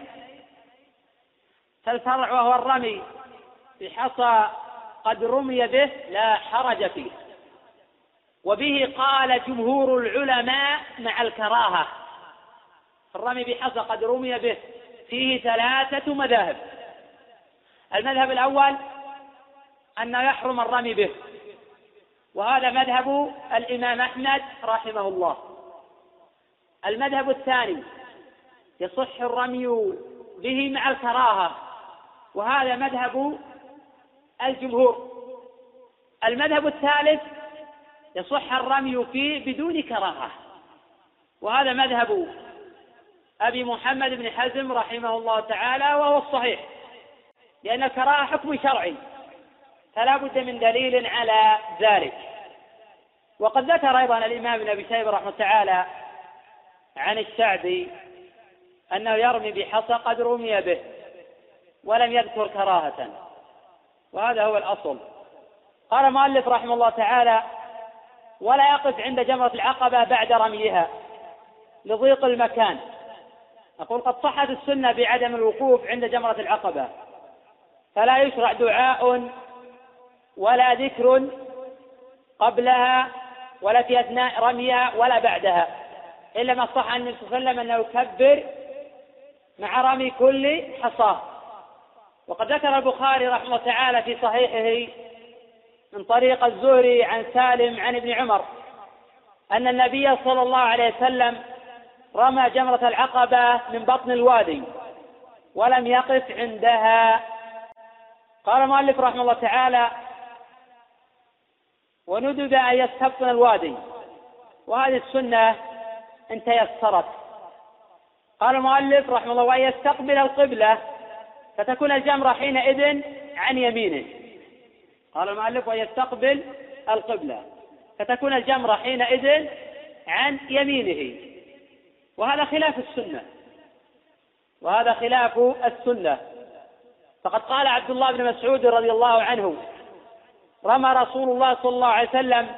فالفرع وهو الرمي بحصى قد رمي به لا حرج فيه. وبه قال جمهور العلماء مع الكراهة. الرمي بحصى قد رمي به فيه ثلاثة مذاهب. المذهب الأول أنه يحرم الرمي به، وهذا مذهب الإمام أحمد رحمه الله. المذهب الثاني يصح الرمي به مع الكراهة، وهذا مذهب الجمهور. المذهب الثالث يصح الرمي فيه بدون كراهة، وهذا مذهب أبي محمد بن حزم رحمه الله تعالى، وهو الصحيح، لأن الكراهة حكم شرعي فلا بد من دليل على ذلك. وقد ذكر أيضا الإمام ابن أبي شيبة رحمه تعالى عن الشعبي أنه يرمي بحصى قد رمي به ولم يذكر كراهة، وهذا هو الأصل. قال المؤلف رحمه الله تعالى: ولا يقف عند جمرة العقبة بعد رميها لضيق المكان. نقول قد صحت السنة بعدم الوقوف عند جمرة العقبة، فلا يشرع دعاء ولا ذكر قبلها ولا في أثناء رميها ولا بعدها، إلا ما صح عن النبي صلى الله عليه وسلم أنه يكبر مع رمي كل حصاه. وقد ذكر البخاري رحمه الله تعالى في صحيحه من طريق الزهري عن سالم عن ابن عمر أن النبي صلى الله عليه وسلم رمى جمرة العقبة من بطن الوادي ولم يقف عندها. قال المؤلف رحمه الله تعالى: وندب أن يستبطن الوادي، وهذه السنة إن تيسرت. قال المؤلف رحمه الله: وأن يستقبل القبلة فتكون الجمرة حينئذ عن يمينه. قال المؤلف: وأن يستقبل القبلة فتكون الجمرة حينئذ عن يمينه، وهذا خلاف السنة، وهذا خلاف السنة. فقد قال عبد الله بن مسعود رضي الله عنه: رمى رسول الله صلى الله عليه وسلم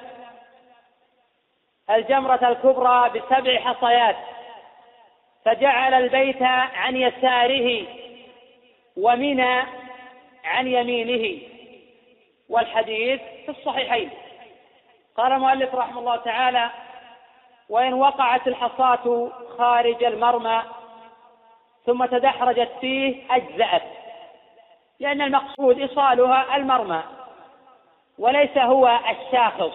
الجمرة الكبرى بسبع حصيات، فجعل البيت عن يساره ومنى عن يمينه، والحديث في الصحيحين. قال المؤلف رحمه الله تعالى: وإن وقعت الحصاة خارج المرمى ثم تدحرجت فيه أجزأت، لأن المقصود إيصالها المرمى وليس هو الشاخص،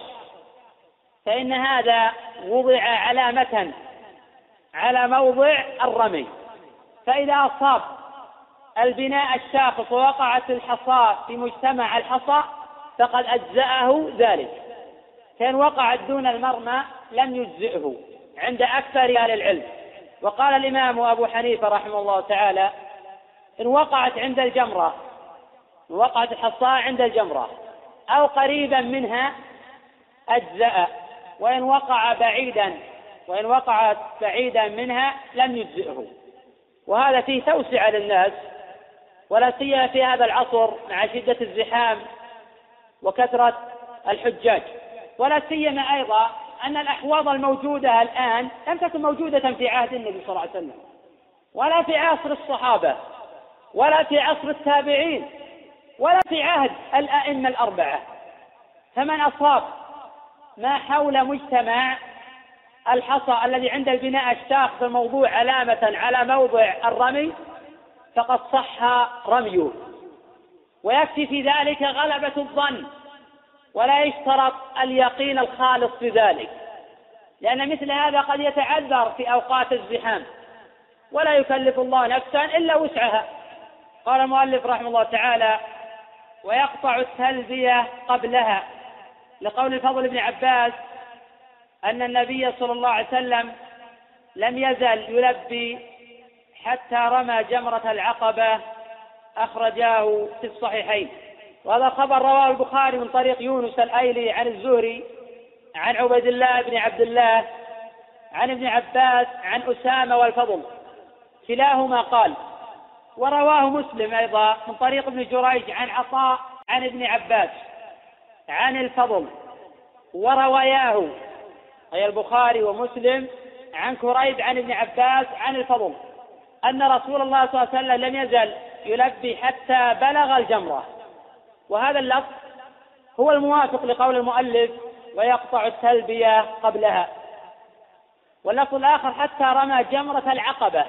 فإن هذا وضع علامة على موضع الرمي، فإذا أصاب البناء الشاخص ووقعت الحصاة في مجتمع الحصى فقد أجزأه ذلك، فإن وقعت دون المرمى لم يجزئه عند أكثر أهل العلم. وقال الإمام أبو حنيفة رحمه الله تعالى: إن وقعت عند الجمرة، إن وقعت الحصاة عند الجمرة أو قريبا منها أجزأ، وإن وقع بعيدا وإن وقعت بعيدا منها لم يجزئه. وهذا فيه توسعة للناس، ولا سيما في هذا العصر مع شدة الزحام وكثرة الحجاج، ولا سيما أيضا أن الأحواض الموجودة الآن لم تكن موجودة في عهد النبي صلى الله عليه وسلم، ولا في عصر الصحابة، ولا في عصر التابعين، ولا في عهد الأئمة الأربعة. فمن أصاب ما حول مجتمع الحصى الذي عند البناء الشاخص الموضوع علامة على موضع الرمي فقد صح رميه، ويكفي في ذلك غلبة الظن، ولا يشترط اليقين الخالص في ذلك، لأن مثل هذا قد يتعذر في أوقات الزحام، ولا يكلف الله نفسا إلا وسعها. قال المؤلف رحمه الله تعالى: ويقطع التلبية قبلها، لقول الفضل بن عباس أن النبي صلى الله عليه وسلم لم يزل يلبي حتى رمى جمرة العقبة، أخرجاه في الصحيحين. وهذا خبر رواه البخاري من طريق يونس الأيلي عن الزهري عن عبيد الله بن عبد الله عن ابن عباس عن أسامة والفضل، كلاهما قال: ورواه مسلم أيضا من طريق ابن جريج عن عطاء عن ابن عباس عن الفضل، ورواياه أي البخاري ومسلم عن كريب عن ابن عباس عن الفضل أن رسول الله صلى الله عليه وسلم لم يزل يلبي حتى بلغ الجمرة. وهذا اللفظ هو الموافق لقول المؤلف ويقطع التلبية قبلها. واللفظ الآخر حتى رمى جمرة العقبة.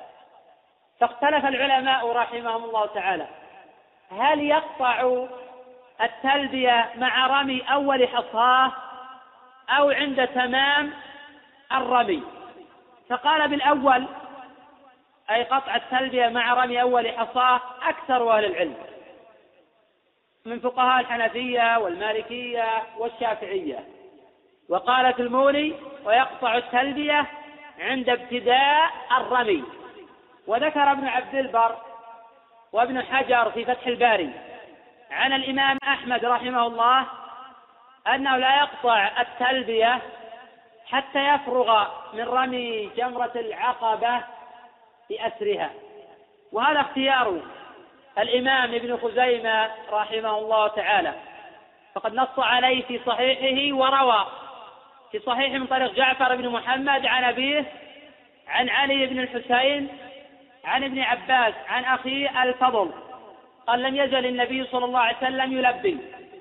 فاختلف العلماء رحمهم الله تعالى هل يقطع التلبية مع رمي أول حصاه أو عند تمام الرمي؟ فقال بالأول أي قطع التلبية مع رمي أول حصاه أكثر أهل العلم من فقهاء الحنفية والمالكية والشافعية. وقالت المولي ويقطع التلبية عند ابتداء الرمي. وذكر ابن عبد البر وابن حجر في فتح الباري عن الإمام أحمد رحمه الله أنه لا يقطع التلبية حتى يفرغ من رمي جمرة العقبة بأسرها. وهذا اختيار الإمام ابن خزيمة رحمه الله تعالى، فقد نص عليه في صحيحه وروى في صحيح من طريق جعفر بن محمد عن أبيه عن علي بن الحسين عن ابن عباس عن أخيه الفضل قال لم يزل النبي صلى الله عليه وسلم يلبي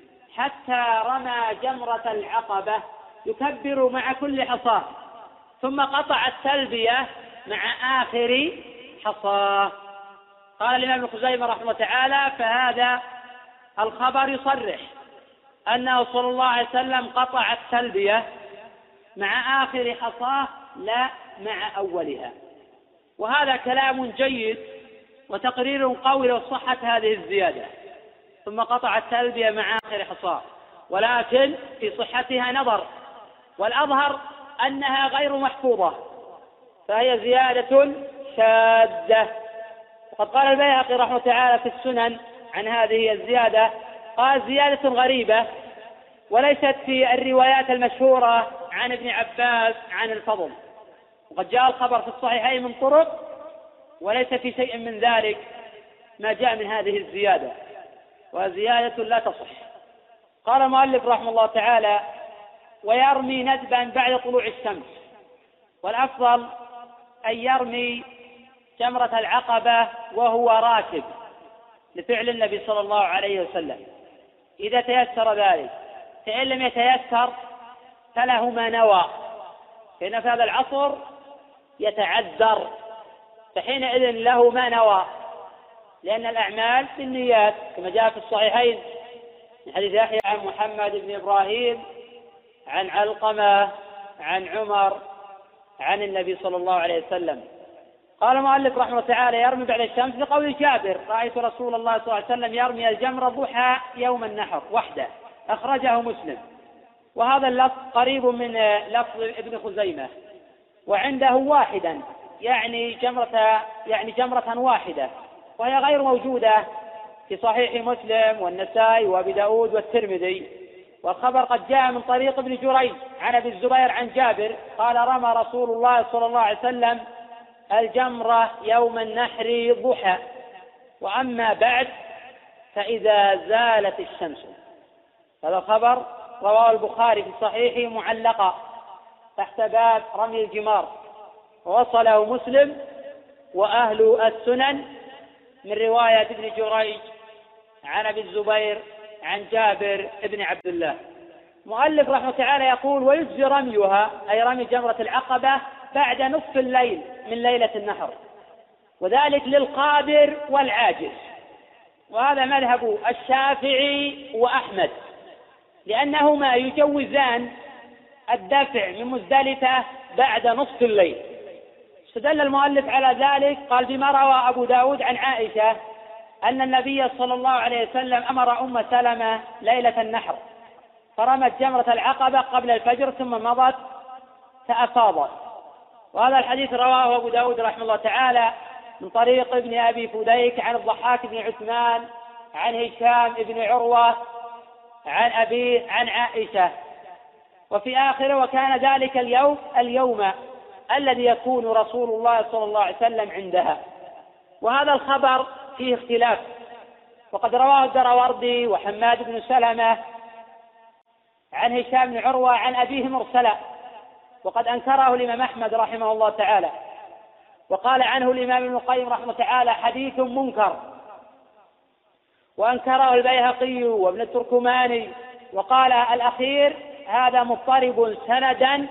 حتى رمى جمرة العقبة يكبر مع كل حصاه ثم قطع التلبية مع آخر حصاه. قال الإمام ابن خزيمة رحمه الله تعالى فهذا الخبر يصرح أنه صلى الله عليه وسلم قطع التلبية مع آخر حصاه لا مع أولها. وهذا كلام جيد وتقرير قوي لو صحت هذه الزيادة ثم قطع التلبية مع آخر حصاه، ولكن في صحتها نظر، والأظهر أنها غير محفوظة فهي زيادة شاذة. وقد قال البيهقي رحمه تعالى في السنن عن هذه الزيادة قال زيادة غريبة وليست في الروايات المشهورة عن ابن عباس عن الفضل. وقد جاء الخبر في الصحيحين من طرق وليس في شيء من ذلك ما جاء من هذه الزيادة، وزيادة لا تصح. قال المؤلف رحمه الله تعالى ويرمي ندبا بعد طلوع الشمس، والأفضل أن يرمي جمرة العقبة وهو راكب لفعل النبي صلى الله عليه وسلم إذا تيسر ذلك، فإن لم يتيسر فله ما نوى، فإن في هذا العصر يتعذر فحينئذ له ما نوى، لأن الأعمال بالنيات كما جاء في الصحيحين من حديث يحيى عن محمد بن إبراهيم عن علقمة عن عمر عن النبي صلى الله عليه وسلم. قال المؤلف رحمه الله تعالى يرمي بعد الشمس لقول جابر رأيت رسول الله صلى الله عليه وسلم يرمي الجمر ضحى يوم النحر وحده، أخرجه مسلم. وهذا اللفظ قريب من لفظ ابن خزيمة وعنده واحدا يعني جمرة يعني جمرة واحدة، وهي غير موجودة في صحيح مسلم والنسائي وابي داود والترمذي. والخبر قد جاء من طريق ابن جريج عن ابي الزبير عن جابر قال رمى رسول الله صلى الله عليه وسلم الجمرة يوم النحر ضحى، وأما بعد فإذا زالت الشمس. هذا الخبر رواه البخاري في صحيحه معلقا تحت باب رمي الجمار، ووصله مسلم وأهل السنن من رواية ابن جريج عن أبي الزبير عن جابر ابن عبد الله. مؤلف رحمه تعالى يقول ويجزي رميها أي رمي جمرة العقبة بعد نصف الليل من ليلة النحر، وذلك للقادر والعاجز. وهذا مذهب الشافعي وأحمد لأنهما يجوزان الدفع من مزدلفة بعد نصف الليل. استدل المؤلف على ذلك قال بما روى أبو داود عن عائشة أن النبي صلى الله عليه وسلم أمر أم سلمة ليلة النحر فرمت جمرة العقبة قبل الفجر ثم مضت فأفاضت. وهذا الحديث رواه أبو داود رحمه الله تعالى من طريق ابن أبي فديك عن الضحاك بن عثمان عن هشام بن عروة عن أبيه عن عائشة. وفي آخره وكان ذلك اليوم اليوم الذي يكون رسول الله صلى الله عليه وسلم عندها. وهذا الخبر فيه اختلاف، وقد رواه الدراوردي وحماد بن سلمة عن هشام بن عروة عن أبيه مرسلا، وقد أنكره الإمام أحمد رحمه الله تعالى، وقال عنه الإمام ابن القيم رحمه الله تعالى حديث منكر، وأنكره البيهقي وابن التركماني، وقال الأخير هذا مضطرب سندا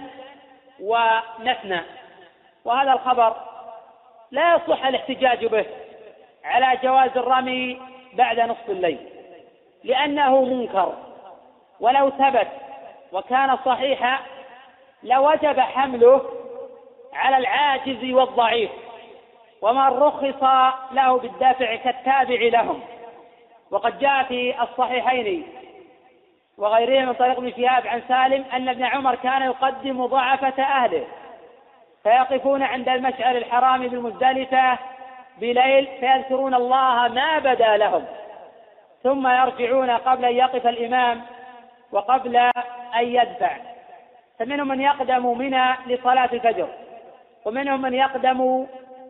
ومثنى. وهذا الخبر لا يصح الاحتجاج به على جواز الرمي بعد نصف الليل، لأنه منكر، ولو ثبت وكان صحيحا لوجب حمله على العاجز والضعيف، ومن رخص له بالدافع كالتابع لهم. وقد جاء في الصحيحين وغيرهم من طريق ابن شهاب عن سالم أن ابن عمر كان يقدم ضعفة أهله فيقفون عند المشعر الحرام بالمزدلفة بليل فيذكرون الله ما بدا لهم، ثم يرجعون قبل أن يقف الإمام وقبل أن يدفع. فمنهم من يقدم منى لصلاة الفجر، ومنهم من يقدم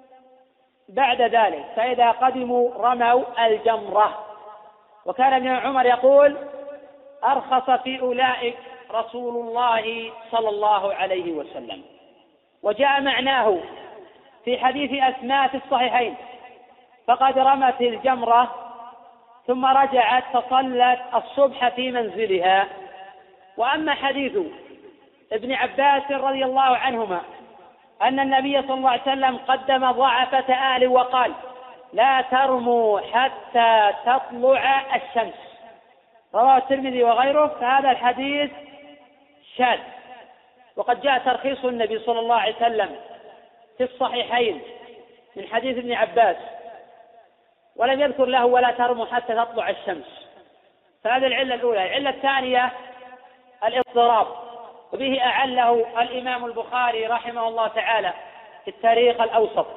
بعد ذلك، فإذا قدموا رموا الجمرة. وكان ابن عمر يقول أرخص في أولئك رسول الله صلى الله عليه وسلم. وجاء معناه في حديث أسماء في الصحيحين فقد رمت الجمرة ثم رجعت فصلت الصبح في منزلها. وأما حديث ابن عباس رضي الله عنهما أن النبي صلى الله عليه وسلم قدم ضعفة أهله وقال لا ترموا حتى تطلع الشمس، رواه الترمذي وغيره، فهذا الحديث شاذ. وقد جاء ترخيص النبي صلى الله عليه وسلم في الصحيحين من حديث ابن عباس ولم يذكر له ولا ترموا حتى تطلع الشمس، فهذه العلة الأولى. العلة الثانية الاضطراب، وبه أعله الإمام البخاري رحمه الله تعالى في التاريخ الأوسط.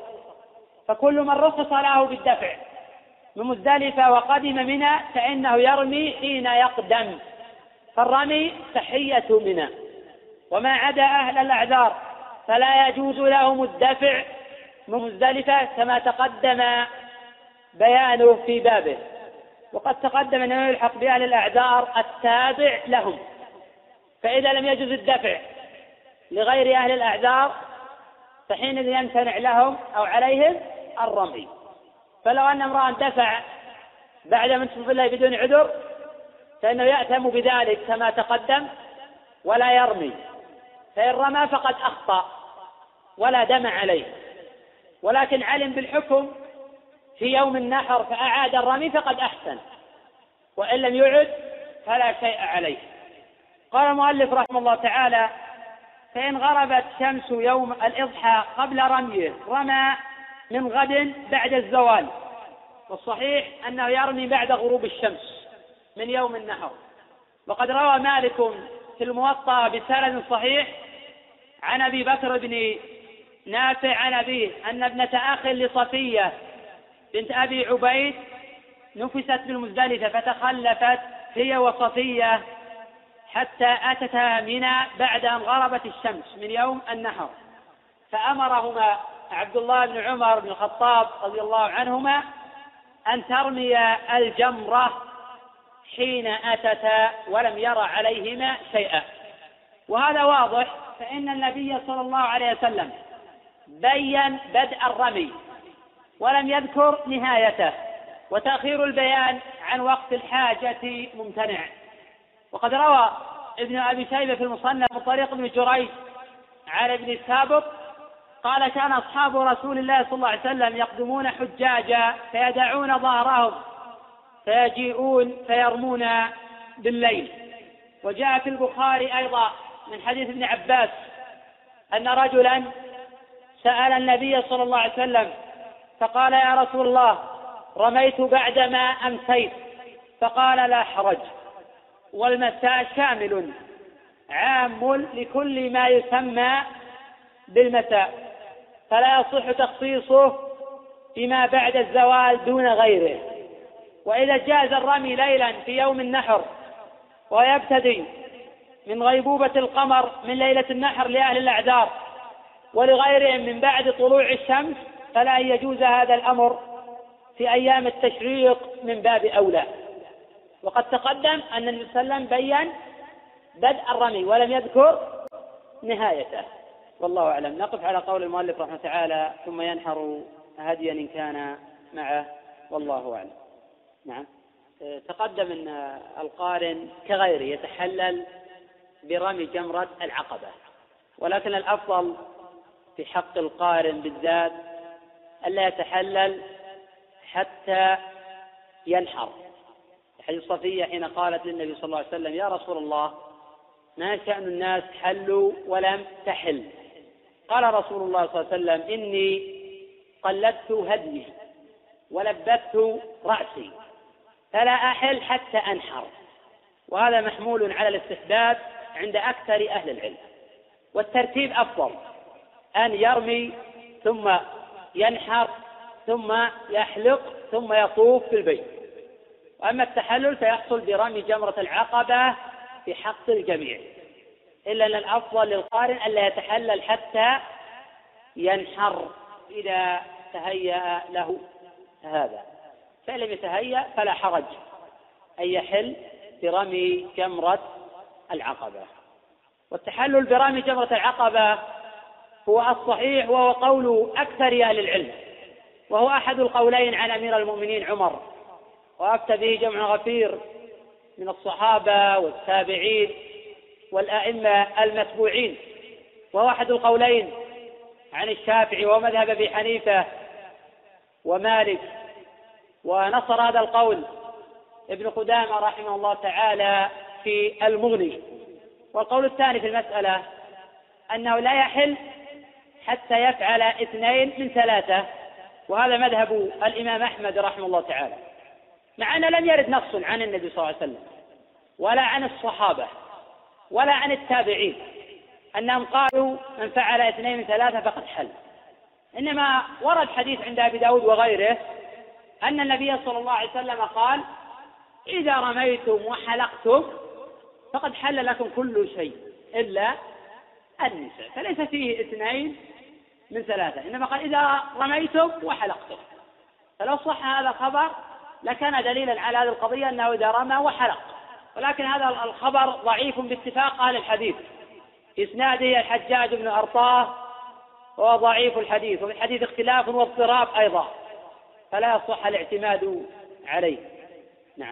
فكل من رخص له بالدفع من مزدلفة وقدم منى فإنه يرمي حين يقدم، فالرمي تحية منى. وما عدا أهل الأعذار فلا يجوز لهم الدفع من مزدلفة كما تقدم بيانه في بابه. وقد تقدم أنه يلحق بأهل الأعذار التابع لهم، فإذا لم يجوز الدفع لغير أهل الأعذار فحينئذ يمتنع لهم أو عليهم الرمي. فلو أن امرأ دفع بعد منتصف الليل بدون عذر فإنه يأثم بذلك كما تقدم ولا يرمي، فإن رمى فقد أخطأ ولا دم عليه، ولكن علم بالحكم في يوم النحر فأعاد الرمي فقد أحسن، وإن لم يعد فلا شيء عليه. قال المؤلف رحمه الله تعالى فإن غربت شمس يوم الإضحى قبل رميه رمى من غد بعد الزوال، والصحيح أنه يرمي بعد غروب الشمس من يوم النحر. وقد روى مالك في الموطأ بسند صحيح عن أبي بكر بن نافع عن أبيه أن ابنة أخ لصفية بنت أبي عبيد نفست بالمزدلفة فتخلفت هي وصفية حتى أتتا منى بعد أن غربت الشمس من يوم النحر، فأمرهما عبد الله بن عمر بن الخطاب رضي الله عنهما أن ترمي الجمرة حين أتتا ولم يرى عليهما شيئا. وهذا واضح، فإن النبي صلى الله عليه وسلم بين بدء الرمي ولم يذكر نهايته، وتأخير البيان عن وقت الحاجة ممتنع. وقد روى ابن أبي شيبة في المصنف من طريق ابن جريج عن ابن السابق قال كان أصحاب رسول الله صلى الله عليه وسلم يقدمون حجاجا فيدعون ظهرهم فيجيئون فيرمون بالليل. وجاء في البخاري أيضا من حديث ابن عباس أن رجلا سأل النبي صلى الله عليه وسلم فقال يا رسول الله رميت بعدما أمسيت، فقال لا حرج، والمساء شامل عام لكل ما يسمى بالمساء، فلا يصح تخصيصه فيما بعد الزوال دون غيره. وإذا جاز الرمي ليلا في يوم النحر ويبتدي من غيبوبة القمر من ليلة النحر لأهل الأعذار ولغيرهم من بعد طلوع الشمس فلا يجوز هذا الأمر في أيام التشريق من باب أولى. وقد تقدم أن النبي صلى الله عليه وسلم بين بدء الرمي ولم يذكر نهايته، والله أعلم. نقف على قول المؤلف رحمه تعالى: ثم ينحر هديا إن كان معه، والله أعلم. نعم، تقدم أن القارن كغيره يتحلل برمي جمرة العقبة، ولكن الأفضل في حق القارن بالذات ألا يتحلل حتى ينحر. حديث صفية حين قالت للنبي صلى الله عليه وسلم: يا رسول الله، ما شأن الناس حلوا ولم تحل؟ قال رسول الله صلى الله عليه وسلم: إني قلدت هديي ولبت رأسي فلا أحل حتى أنحر. وهذا محمول على الاستحباب عند أكثر أهل العلم، والترتيب أفضل، أن يرمي ثم ينحر ثم يحلق ثم يطوف في البيت. وأما التحلل فيحصل برمي جمرة العقبة في حق الجميع، إلا أن الأفضل للقارن ألا يتحلل حتى ينحر إذا تهيأ له هذا. فإن لم يتهيأ فلا حرج أن يحل برمي جمرة العقبة. والتحلل برمي جمرة العقبة هو الصحيح، وهو قول أكثر أهل العلم، وهو أحد القولين عن أمير المؤمنين عمر، وأفتى به جمع غفير من الصحابة والتابعين والأئمة المتبوعين، وهو أحد القولين عن الشافعي ومذهب أبي حنيفة ومالك، ونصر هذا القول ابن قدامة رحمه الله تعالى في المغني. والقول الثاني في المسألة أنه لا يحل حتى يفعل اثنين من ثلاثة، وهذا مذهب الإمام أحمد رحمه الله تعالى، مع أن لم يرد نص عن النبي صلى الله عليه وسلم ولا عن الصحابة ولا عن التابعين أنهم قالوا من فعل اثنين من ثلاثة فقد حل. إنما ورد حديث عند أبي داود وغيره أن النبي صلى الله عليه وسلم قال: إذا رميتم وحلقتم فقد حل لكم كل شيء إلا النساء. فليس فيه اثنين من ثلاثة، إنما قال إذا رميتم وحلقتم. فلو صح هذا الخبر لكان دليلا على هذه القضية أنه إذا رمى وحلق، ولكن هذا الخبر ضعيف باتفاق أهل الحديث، إسناده الحجاج بن أرطاه وهو ضعيف الحديث، وفي الحديث اختلاف واضطراب أيضا، فلا يصح الاعتماد عليه. نعم.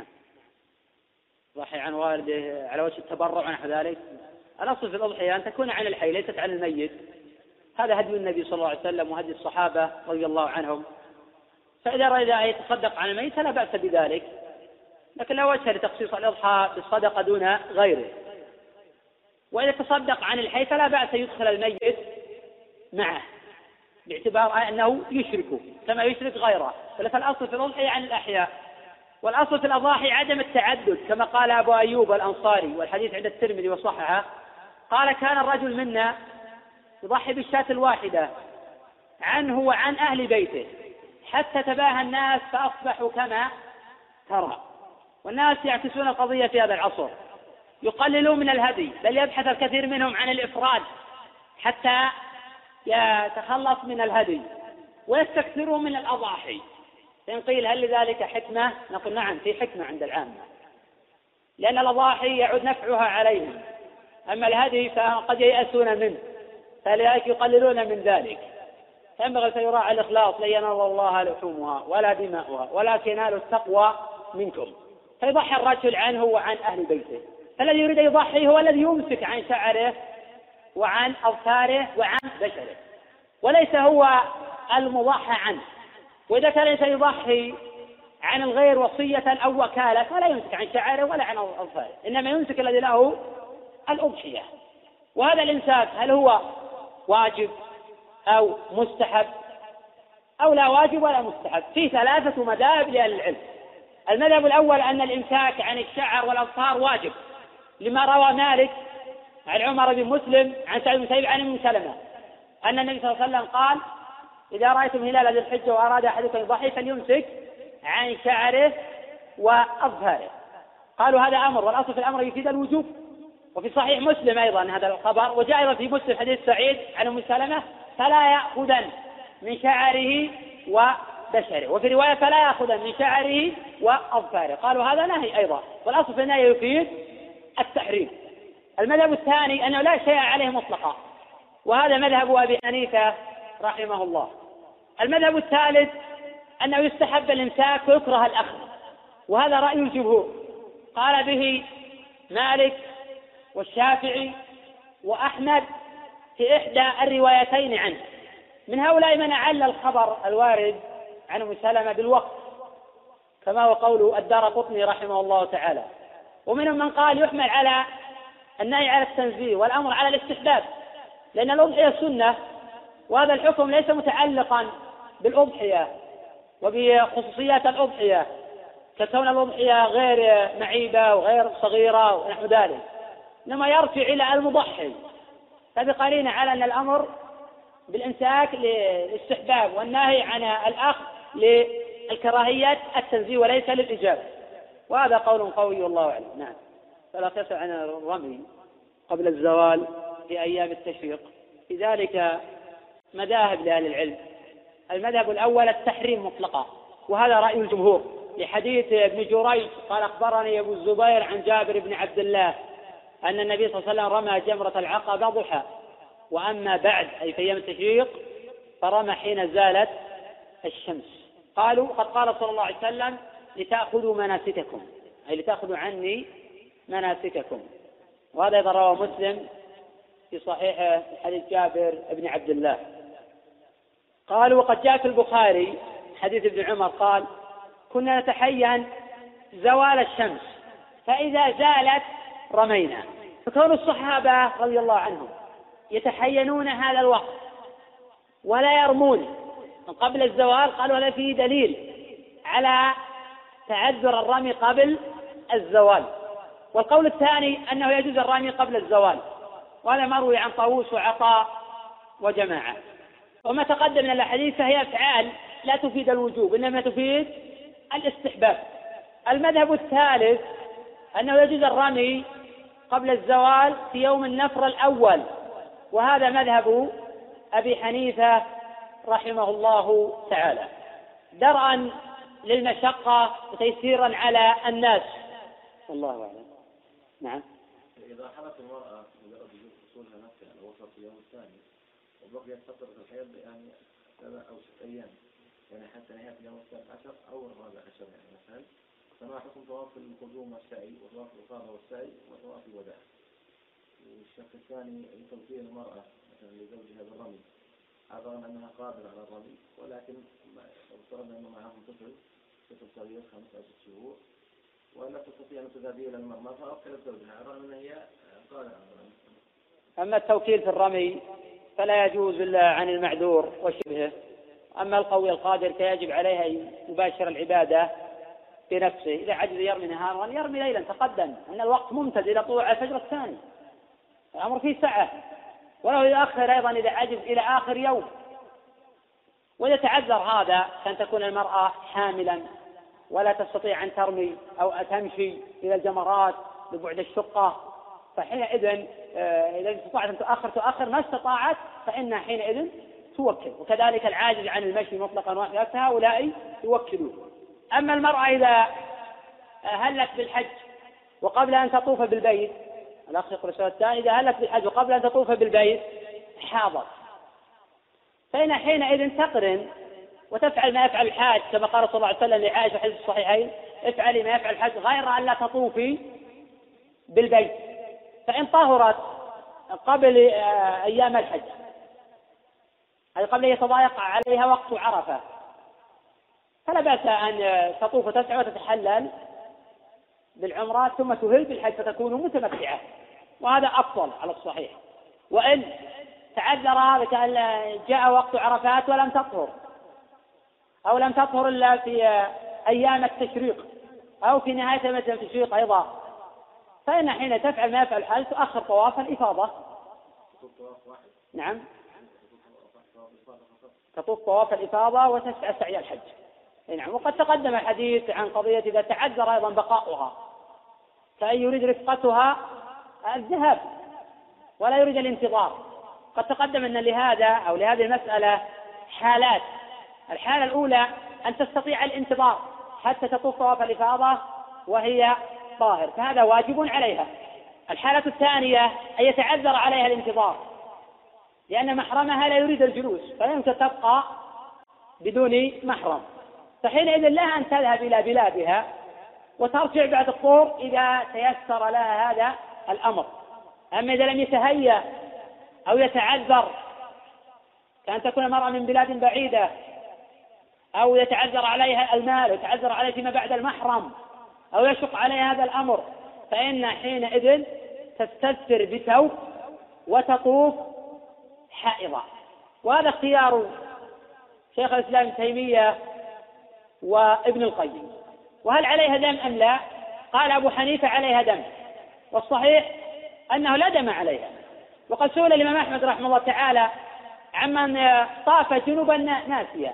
ضحي عن والده على وجه التبرع ونحو ذلك. الأصل في الأضحية أن تكون عن الحي ليست عن الميت، هذا هدي النبي صلى الله عليه وسلم وهدي الصحابة رضي الله عنهم. فإذا أراد أن يتصدق عن الميت فلا بأس بذلك، لكن لا وجه لتخصيص الأضحى بالصدقة دون غيره. وإذا تصدق عن الحي فلا بأس يدخل الميت معه، باعتبار أنه يشرك كما يشرك غيره. فالأصل في الأضحية عن الأحياء، والأصل في الأضاحي عدم التعدد، كما قال أبو أيوب الأنصاري، والحديث عند الترمذي وصححه، قال: كان الرجل منا يضحي بالشاة الواحدة عنه وعن أهل بيته حتى تباهى الناس فأصبحوا كما ترى. والناس يعكسون القضية في هذا العصر، يقللون من الهدي، بل يبحث الكثير منهم عن الإفراد حتى يتخلص من الهدي، ويستكثرون من الأضاحي. فإن قيل هل لذلك حكمة؟ نقول نعم، في حكمة عند العامة، لأن الأضاحي يعود نفعها عليهم، أما الهدي فقد ييأسون منه، فلذلك يقللون من ذلك. فينبغي فيراعي الإخلاص: لن ينال الله لحومها ولا دماؤها ولكن ينال التقوى منكم. فيضحي الرجل عنه وعن أهل بيته. فالذي يريد يضحي هو الذي يمسك عن شعره وعن أظفاره وعن بشره، وليس هو المضحى عنه. وإذا كان سيضحي عن الغير وصية أو وكالة فلا يمسك عن شعره ولا عن أظفاره، إنما يمسك الذي له الأضحية. وهذا الإمساك هل هو واجب أو مستحب أو لا واجب ولا مستحب؟ في ثلاثة مذاهب لأهل العلم. المذهب الأول أن الإمساك عن الشعر والأظفار واجب، لما روى مالك عن عمر بن مسلم عن سعيد بن سعيد عن ابن سلمة أن النبي صلى الله عليه وسلم قال: إذا رأيتم هلال ذي الحجة وأراد أحدكم يضحي فليمسك عن شعره وأظفاره. قالوا هذا أمر، والأصل في الأمر يفيد الوجوب. وفي صحيح مسلم أيضا هذا الخبر، وجاء أيضا في مسلم حديث سعيد عن أم سلمة: فلا يأخذن من شعره وبشره. وفي رواية فلا يأخذ من شعره وأظفاره. قالوا هذا نهي أيضا، والأصل في النهي يفيد التحريم. المذهب الثاني أنه لا شيء عليه مطلقا، وهذا مذهب أبي حنيفة رحمه الله. المذهب الثالث أنه يستحب الإمساك ويكره الأخذ، وهذا رأي الجمهور، قال به مالك والشافعي وأحمد في إحدى الروايتين عنه. من هؤلاء من أعل الخبر الوارد عن أم سلمة بالوقت، كما هو قول الدارقطني رحمه الله تعالى. ومنهم من قال يحمل على النهي على التنزيه والأمر على الاستحباب، لأن الأضحية سنة، وهذا الحكم ليس متعلقا بالأضحية وبخصوصيات الأضحية ككون الأضحية غير معيبة وغير صغيرة ونحو ذلك، إنما يرجع إلى المضحي، فبقرينة على أن الأمر بالإمساك للاستحباب والنهي عن الأخذ للكراهية التنزيه وليس للإجابة، وهذا قول قوي والله أعلم. نعم. فلا قياس عن الرمي قبل الزوال في أيام التشريق، في ذلك مذاهب لأهل العلم. المذهب الأول التحريم مطلقا، وهذا رأي الجمهور، لحديث ابن جريج قال أخبرني أبو الزبير عن جابر بن عبد الله أن النبي صلى الله عليه وسلم رمى جمرة العقبة ضحى، وأما بعد أي في أيام التشريق فرمى حين زالت الشمس. قالوا قد قال صلى الله عليه وسلم لتأخذوا مناسككم، أي لتأخذوا عني مناسككم. وهذا إذا رواه مسلم في صحيح حديث جابر بن عبد الله. قالوا وقد جاء في البخاري حديث ابن عمر قال كنا نتحين زوال الشمس فإذا زالت رمينا. فكون الصحابة رضي الله عنهم يتحينون هذا الوقت ولا يرمون من قبل الزوال، قالوا هذا فيه دليل على تعذر الرمي قبل الزوال. والقول الثاني أنه يجوز الرمي قبل الزوال، وهذا مروي عن طاووس وعطاء وجماعة. وما تقدم من الأحاديث فهي أفعال لا تفيد الوجوب إنما تفيد الاستحباب. المذهب الثالث أنه يجوز الرمي قبل الزوال في يوم النفر الأول، وهذا مذهب أبي حنيفة رحمه الله تعالى، درءا للمشقة وتيسيرا على الناس، والله أعلم. نعم. إذا حلت المرأة مجرد وجود فصولها نفسها على وسط اليوم الثاني وبقيت فترة الحيض يعني سبع أو ست أيام، يعني حتى نهاية اليوم الثالث عشر أو الرابع عشر يعني مثلا، فما حكم طواف القدوم والسعي وطواف الإفاضة والسعي وطواف الوداع؟ والشق الثاني توكيل المرأة مثلا لزوجها بالرمي، على أنها قادرة على الرمي، ولكن لو افترضنا أنه معهم طفل طفل صغير خمسة أو ست شهور ولا تستطيع أن تذهب إلى المرمى فأوكلت زوجها على أنها هي قادرة على الرمي. أما التوكيل في الرمي فلا يجوز إلا عن المعذور وشبهه، أما القوي القادر فيجب عليها أن يباشر العبادة بنفسه، إذا عجز يرمي نهارا يرمي ليلا، تقدم أن الوقت ممتد إلى طلوع الفجر الثاني، الأمر فيه سعة، ولو يؤخر أيضا إذا عجز إلى آخر يوم. وإذا تعذر هذا كان تكون المرأة حاملا ولا تستطيع أن ترمي أو تمشي إلى الجمرات ببعد الشقة، فحينئذ إذا استطاعت أن تؤخر تؤخر، ما استطاعت فإنها حينئذ توكل. وكذلك العاجز عن المشي مطلقا واحدا فهؤلاء يوكلون. أما المرأة إذا هلت بالحج وقبل أن تطوف بالبيت، الأخ يقول السؤال الثاني، إذا هلت بالحج وقبل أن تطوف بالبيت حاضت، فإن حينئذ تقرن وتفعل ما يفعل الحاج، كما قال صلى الله عليه وسلم لعائشة حديث الصحيحين افعلي ما يفعل الحاج غير أن لا تطوفي بالبيت. فإن طهرت قبل أيام الحج، أي قبل أن يتضايق عليها وقت عرفة، فلا بأس أن تطوف وتسعى وتتحلل بالعمرة ثم تهل بالحج فتكون متمتعة، وهذا أفضل على الصحيح. وإن تعذر هذا كأن جاء وقت عرفات ولم تطهر أو لم تطهر إلا في أيام التشريق أو في نهاية مثل التشريق أيضا، فإن حين تفعل ما يفعل الحج تؤخر طواف الإفاضة. نعم، تطوف طواف الإفاضة وتسعى سعي الحج. نعم. وقد تقدم الحديث عن قضية إذا تعذر أيضا بقاؤها، فأن يريد رفقتها الذهاب ولا يريد الانتظار. قد تقدم أن لهذا أو لهذه المسألة حالات. الحالة الأولى أن تستطيع الانتظار حتى تطوف طواف الإفاضة وهي طاهر، فهذا واجب عليها. الحالة الثانية أن يتعذر عليها الانتظار لأن محرمها لا يريد الجلوس فلا يمكن تبقى بدون محرم، فحينئذ لها أن تذهب إلى بلادها وترجع بعد الطهر إذا تيسر لها هذا الأمر. أما إذا لم يتهيأ أو يتعذر كأن تكون المرأة من بلاد بعيدة أو يتعذر عليها المال ويتعذر عليها فيما بعد المحرم أو يشق عليها هذا الأمر، فإن حينئذ تستتر بثوب وتطوف حائضة. وهذا اختيار شيخ الإسلام ابن تيمية وابن القيم. وهل عليها دم أم لا؟ قال أبو حنيفة عليها دم، والصحيح أنه لا دم عليها. وقد سئل الإمام أحمد رحمه الله تعالى عمن طاف جنوبا ناسيا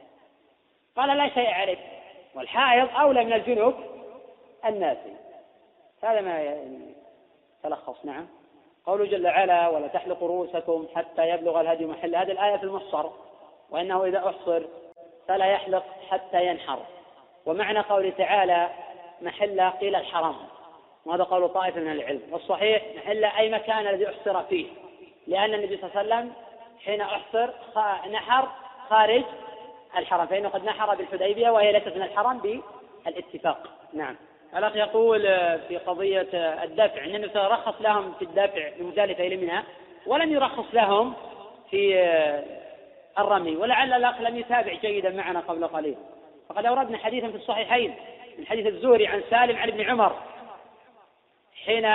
قال لا شيء عليه، والحائض أولى من الجنوب الناسي. هذا ما تلخص. نعم. قوله جل وعلا ولا تحلقوا رؤوسكم حتى يبلغ الهدي محله، هذه الآية في المحصر، وإنه إذا أحصر فلا يحلق حتى ينحر. ومعنى قوله تعالى محله قيل الحرم، وهذا قول طائفة من العلم، والصحيح محله أي مكان الذي أحصر فيه، لأن النبي صلى الله عليه وسلم حين أحصر نحر خارج الحرم، فإنه قد نحر بالحديبية وهي ليست من الحرم بالاتفاق. نعم. الأخ يقول في قضية الدفع أن النبي صلى الله عليه وسلم رخص لهم في الدفع لمزدلفة إلى منى ولم يرخص لهم في الرمي، ولعل الأخ لم يتابع جيدا معنا قبل قليل. فقد أوردنا حديثا في الصحيحين من حديث الزهري عن سالم عن ابن عمر حين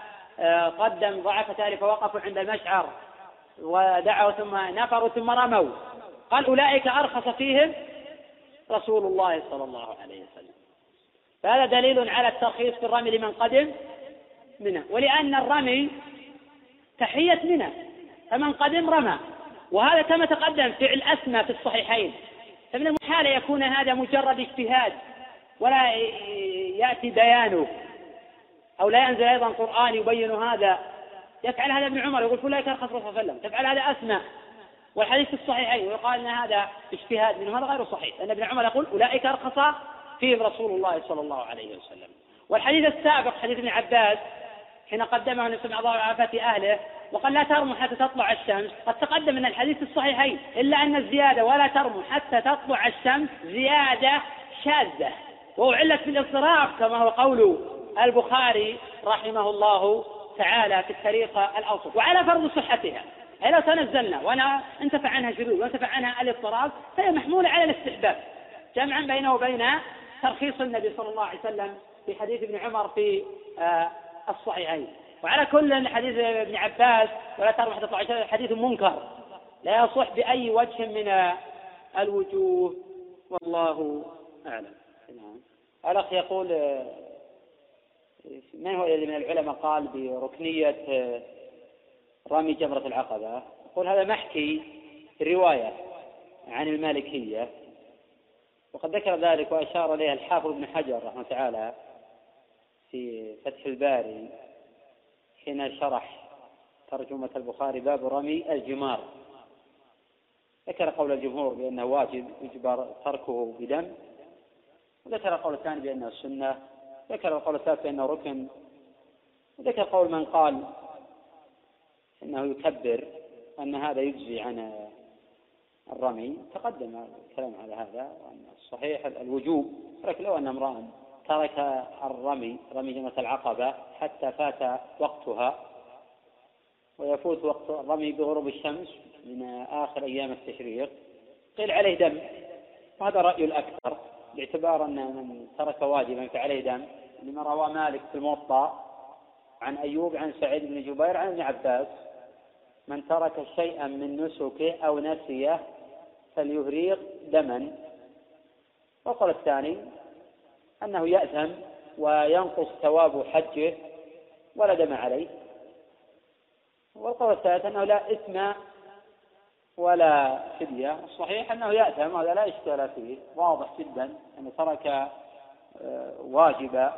قدم ضعفة آله فوقفوا عند المشعر ودعوا ثم نفروا ثم رموا، قال أولئك أرخص فيهم رسول الله صلى الله عليه وسلم. فهذا دليل على الترخيص في الرمي لمن قدم منه، ولأن الرمي تحية منه، فمن قدم رمى، وهذا كما تقدم فعل أسمى في الصحيحين، فمن المحال يكون هذا مجرد اجتهاد ولا يأتي بيانه أو لا ينزل أيضا قرآن يبين هذا. يفعل هذا ابن عمر يقول فلا يكرخص رسول الله صلى الله عليه وسلم، تفعل هذا أسمى والحديث في الصحيحين ويقال أن هذا اجتهاد منه، هذا غير صحيح، لأن ابن عمر يقول أولئك أرخص فيهم رسول الله صلى الله عليه وسلم. والحديث السابق حديث ابن عباس حين قدمه النبي صلى الله عليه وسلم عافية أهله وقال لا ترموا حتى تطلع الشمس، قد تقدم من الحديث في الصحيحين، إلا أن الزيادة ولا ترموا حتى تطلع الشمس زيادة شاذة وأعلت بالاضطراب كما هو قول البخاري رحمه الله تعالى في التاريخ الأوسط، وعلى فرض صحتها، أي لو تنزلنا وأنا انتفع عنها شذوذ وانتفع عنها الاضطراب فهي محمولة على الاستحباب، جمعا بينه وبين ترخيص النبي صلى الله عليه وسلم في حديث ابن عمر في آه الصحيحين. وعلى كل حديث ابن عباس ولا ترموا حتى تطلع الشمس حديث منكر لا يصح بأي وجه من الوجوه، والله أعلم. الأخ يقول من هو الذي من العلماء قال بركنية رمي جمرة العقبة؟ يقول هذا محكي في الرواية عن المالكية، وقد ذكر ذلك وأشار إليه الحافظ ابن حجر رحمه تعالى في فتح الباري حين شرح ترجمة البخاري باب رمي الجمار، ذكر قول الجمهور بأنه واجب يجبر تركه بدم، وذكر قول الثاني بأنه السنة، ذكر القول الثالث بأنه ركن، وذكر قول من قال إنه يكبر أن هذا يجزي عن الرمي. تقدم الكلام على هذا وأن الصحيح الوجوب، لكن لو أن امرأ ترك الرمي رمي جمرة العقبة حتى فات وقتها ويفوت وقت الرمي بغروب الشمس من آخر أيام التشريق قيل عليه دم، وهذا رأي الأكثر باعتبار أن من ترك واجبا فعليه دم، لما روى مالك في الموطأ عن أيوب عن سعيد بن جبير عن ابن عباس من ترك شيئا من نسكه أو نسيه فليهريق دما. وقال الثاني أنه يأثم وينقص ثواب حجه ولا دم عليه. والقول الثالث أنه لا إثم ولا فدية. الصحيح أنه يأثم، وهذا لا إشكال فيه، واضح جدا أنه ترك واجبا،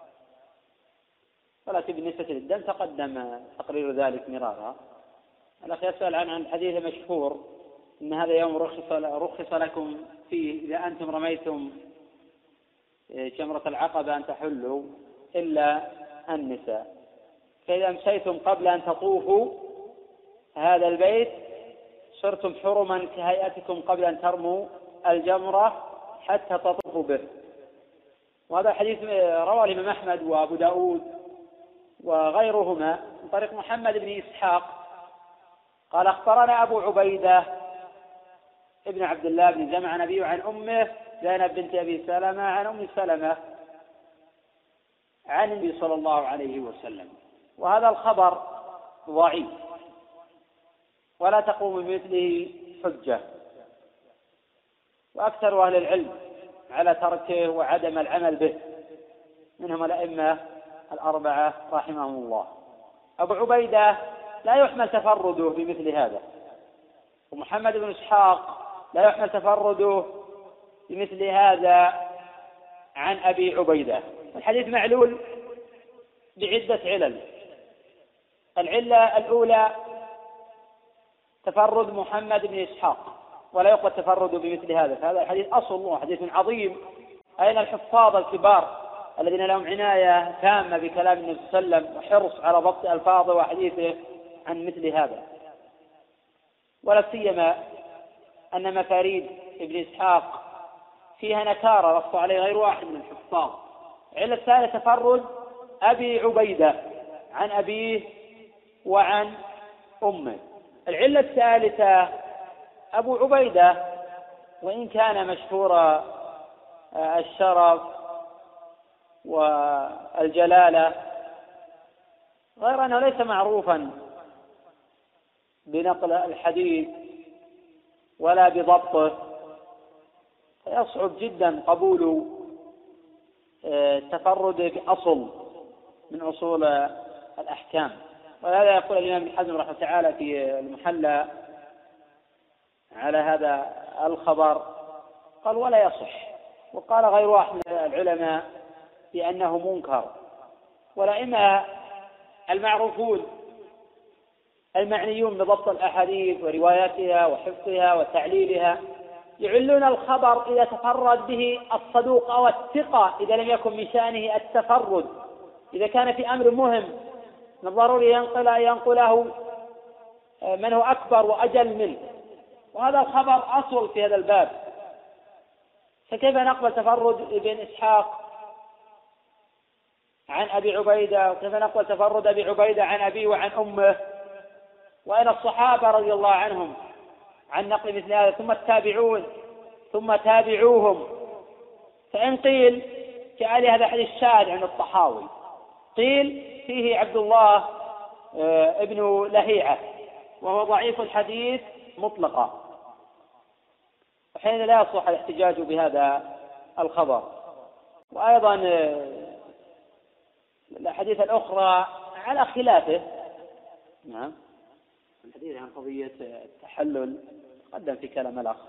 ولكن بالنسبة للدم تقدم تقرير ذلك مرارا. الأخ يسأل عن الحديث المشهور إن هذا يوم رخص رخص لكم فيه إذا أنتم رميتم جمرة العقبة أن تحلوا إلا النساء، فإذا أمسيتم قبل أن تطوفوا هذا البيت صرتم حرما كهيئتكم قبل أن ترموا الجمرة حتى تطوفوا به. وهذا الحديث رواه الإمام أحمد وأبو داود وغيرهما من طريق محمد بن إسحاق قال أخبرنا أبو عبيدة ابن عبد الله بن جمع عن أبيه وعن أمه زينب بنت أبي سلمة عن أم سلمة عن النبي صلى الله عليه وسلم. وهذا الخبر ضعيف ولا تقوم بمثله حجة، وأكثر أهل العلم على تركه وعدم العمل به، منهم الأئمة الأربعة رحمهم الله. أبو عبيدة لا يحمل تفرده بمثل هذا، ومحمد بن إسحاق لا يحمل تفرده بمثل هذا عن أبي عبيدة. الحديث معلول بعدة علل. العلة الأولى تفرد محمد بن إسحاق، ولا يقبل تفرده بمثل هذا، فهذا الحديث أصل وحديث عظيم. أين الحفاظ الكبار الذين لهم عناية تامة بكلام النبي صلى الله عليه وسلم وحرص على ضبط ألفاظه وحديثه عن مثل هذا؟ ولا سيما أن مفاريد ابن إسحاق فيها نكارة وصف عليه غير واحد من الحفاظ. العلة الثانية تفرد أبي عبيدة عن أبيه وعن أمه. العلة الثالثة أبو عبيدة وإن كان مشهور الشرف والجلالة غير أنه ليس معروفا بنقل الحديث ولا بضبطه، فيصعب جدا قبول التفرد بأصل من أصول الأحكام. ولهذا يقول الإمام ابن حزم رحمه الله تعالى في المحلى على هذا الخبر قال ولا يصح، وقال غير واحد من العلماء بأنه منكر. والأئمة المعروفون المعنيون بضبط الأحاديث ورواياتها وحفظها وتعليلها يعلون الخبر إذا تفرد به الصدوق أو الثقة، إذا لم يكن من شأنه التفرد. إذا كان في أمر مهم من الضروري ينقل ينقله من هو أكبر وأجل منه، وهذا الخبر أصل في هذا الباب. فكيف نقبل تفرد ابن إسحاق عن أبي عبيدة، وكيف نقبل تفرد أبي عبيدة عن أبيه وعن أمه، وأين الصحابة رضي الله عنهم عن نقل مثل هذا، ثم التابعون ثم تابعوهم. فإن قيل جاء لي هذا حديث شاذ عن الطحاوي، قيل فيه عبد الله ابن لهيعة وهو ضعيف الحديث مطلقا، وحين لا يصح الاحتجاج بهذا الخبر. وأيضا الأحاديث الأخرى على خلافه. نعم، الحديث عن قضية التحلل قدم في كلام الأخ.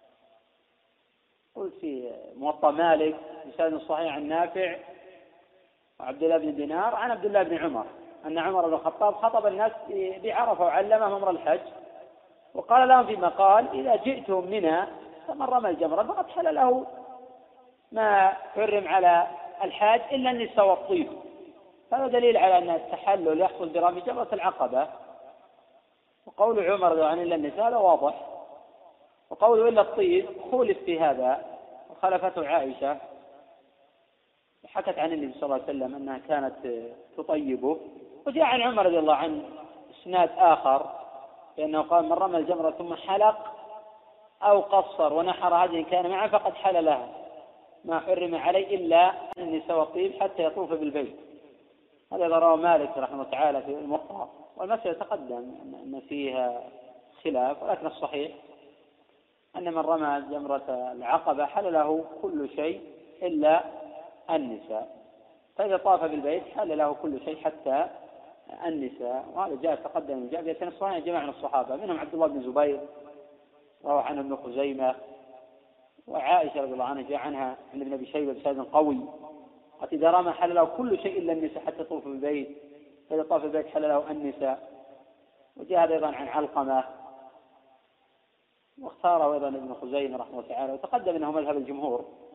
قلت في موطأ مالك بسند صحيح عن نافع وعبد الله بن دينار عن عبد الله بن عمر أن عمر بن الخطاب خطب الناس بعرفة وعلمهم أمر الحج، وقال لهم فيما قال إذا جئتم منى فمن رمى الجمرة فقد حل له ما حرم على الحاج إلا النساء والطيب. هذا دليل على أن التحلل يحصل برمي جمرة العقبة. وقول عمر عن إلا النساء هذا واضح، وقوله إلا الطيب خولف في هذا، وخلفته عائشة حكت عن النبي صلى الله عليه وسلم أنها كانت تطيبه. وجاء عن عمر رضي الله عنه إسناد آخر بأنه قال من رمى الجمرة ثم حلق أو قصر ونحر هذه كان معه فقد حل لها ما حرم عليه إلا النساء والطيب حتى يطوف بالبيت. هذا رواه مالك رحمه الله تعالى في الموطأ. والمسألة تقدم أن فيها خلاف، ولكن الصحيح أن من رمى جمرة العقبة حل له كل شيء إلا النساء، فإذا طاف بالبيت حل له كل شيء حتى النساء. وهذا جاء تقدم جاء في الصحيح جماعة من الصحابة منهم عبد الله بن زبير روى عنه ابن خزيمة، وعائشة رضي الله عنها جاء عنها عند ابن أبي شيبة بسند قوي قد إذا رمى حل له كل شيء إلا النساء حتى يطوف بالبيت، فإذا طاف بالبيت حل له النساء. وجاء هذا أيضا عن علقمة واختاره أيضا ابن خزيمة رحمه الله تعالى، وتقدم أنه مذهب الجمهور.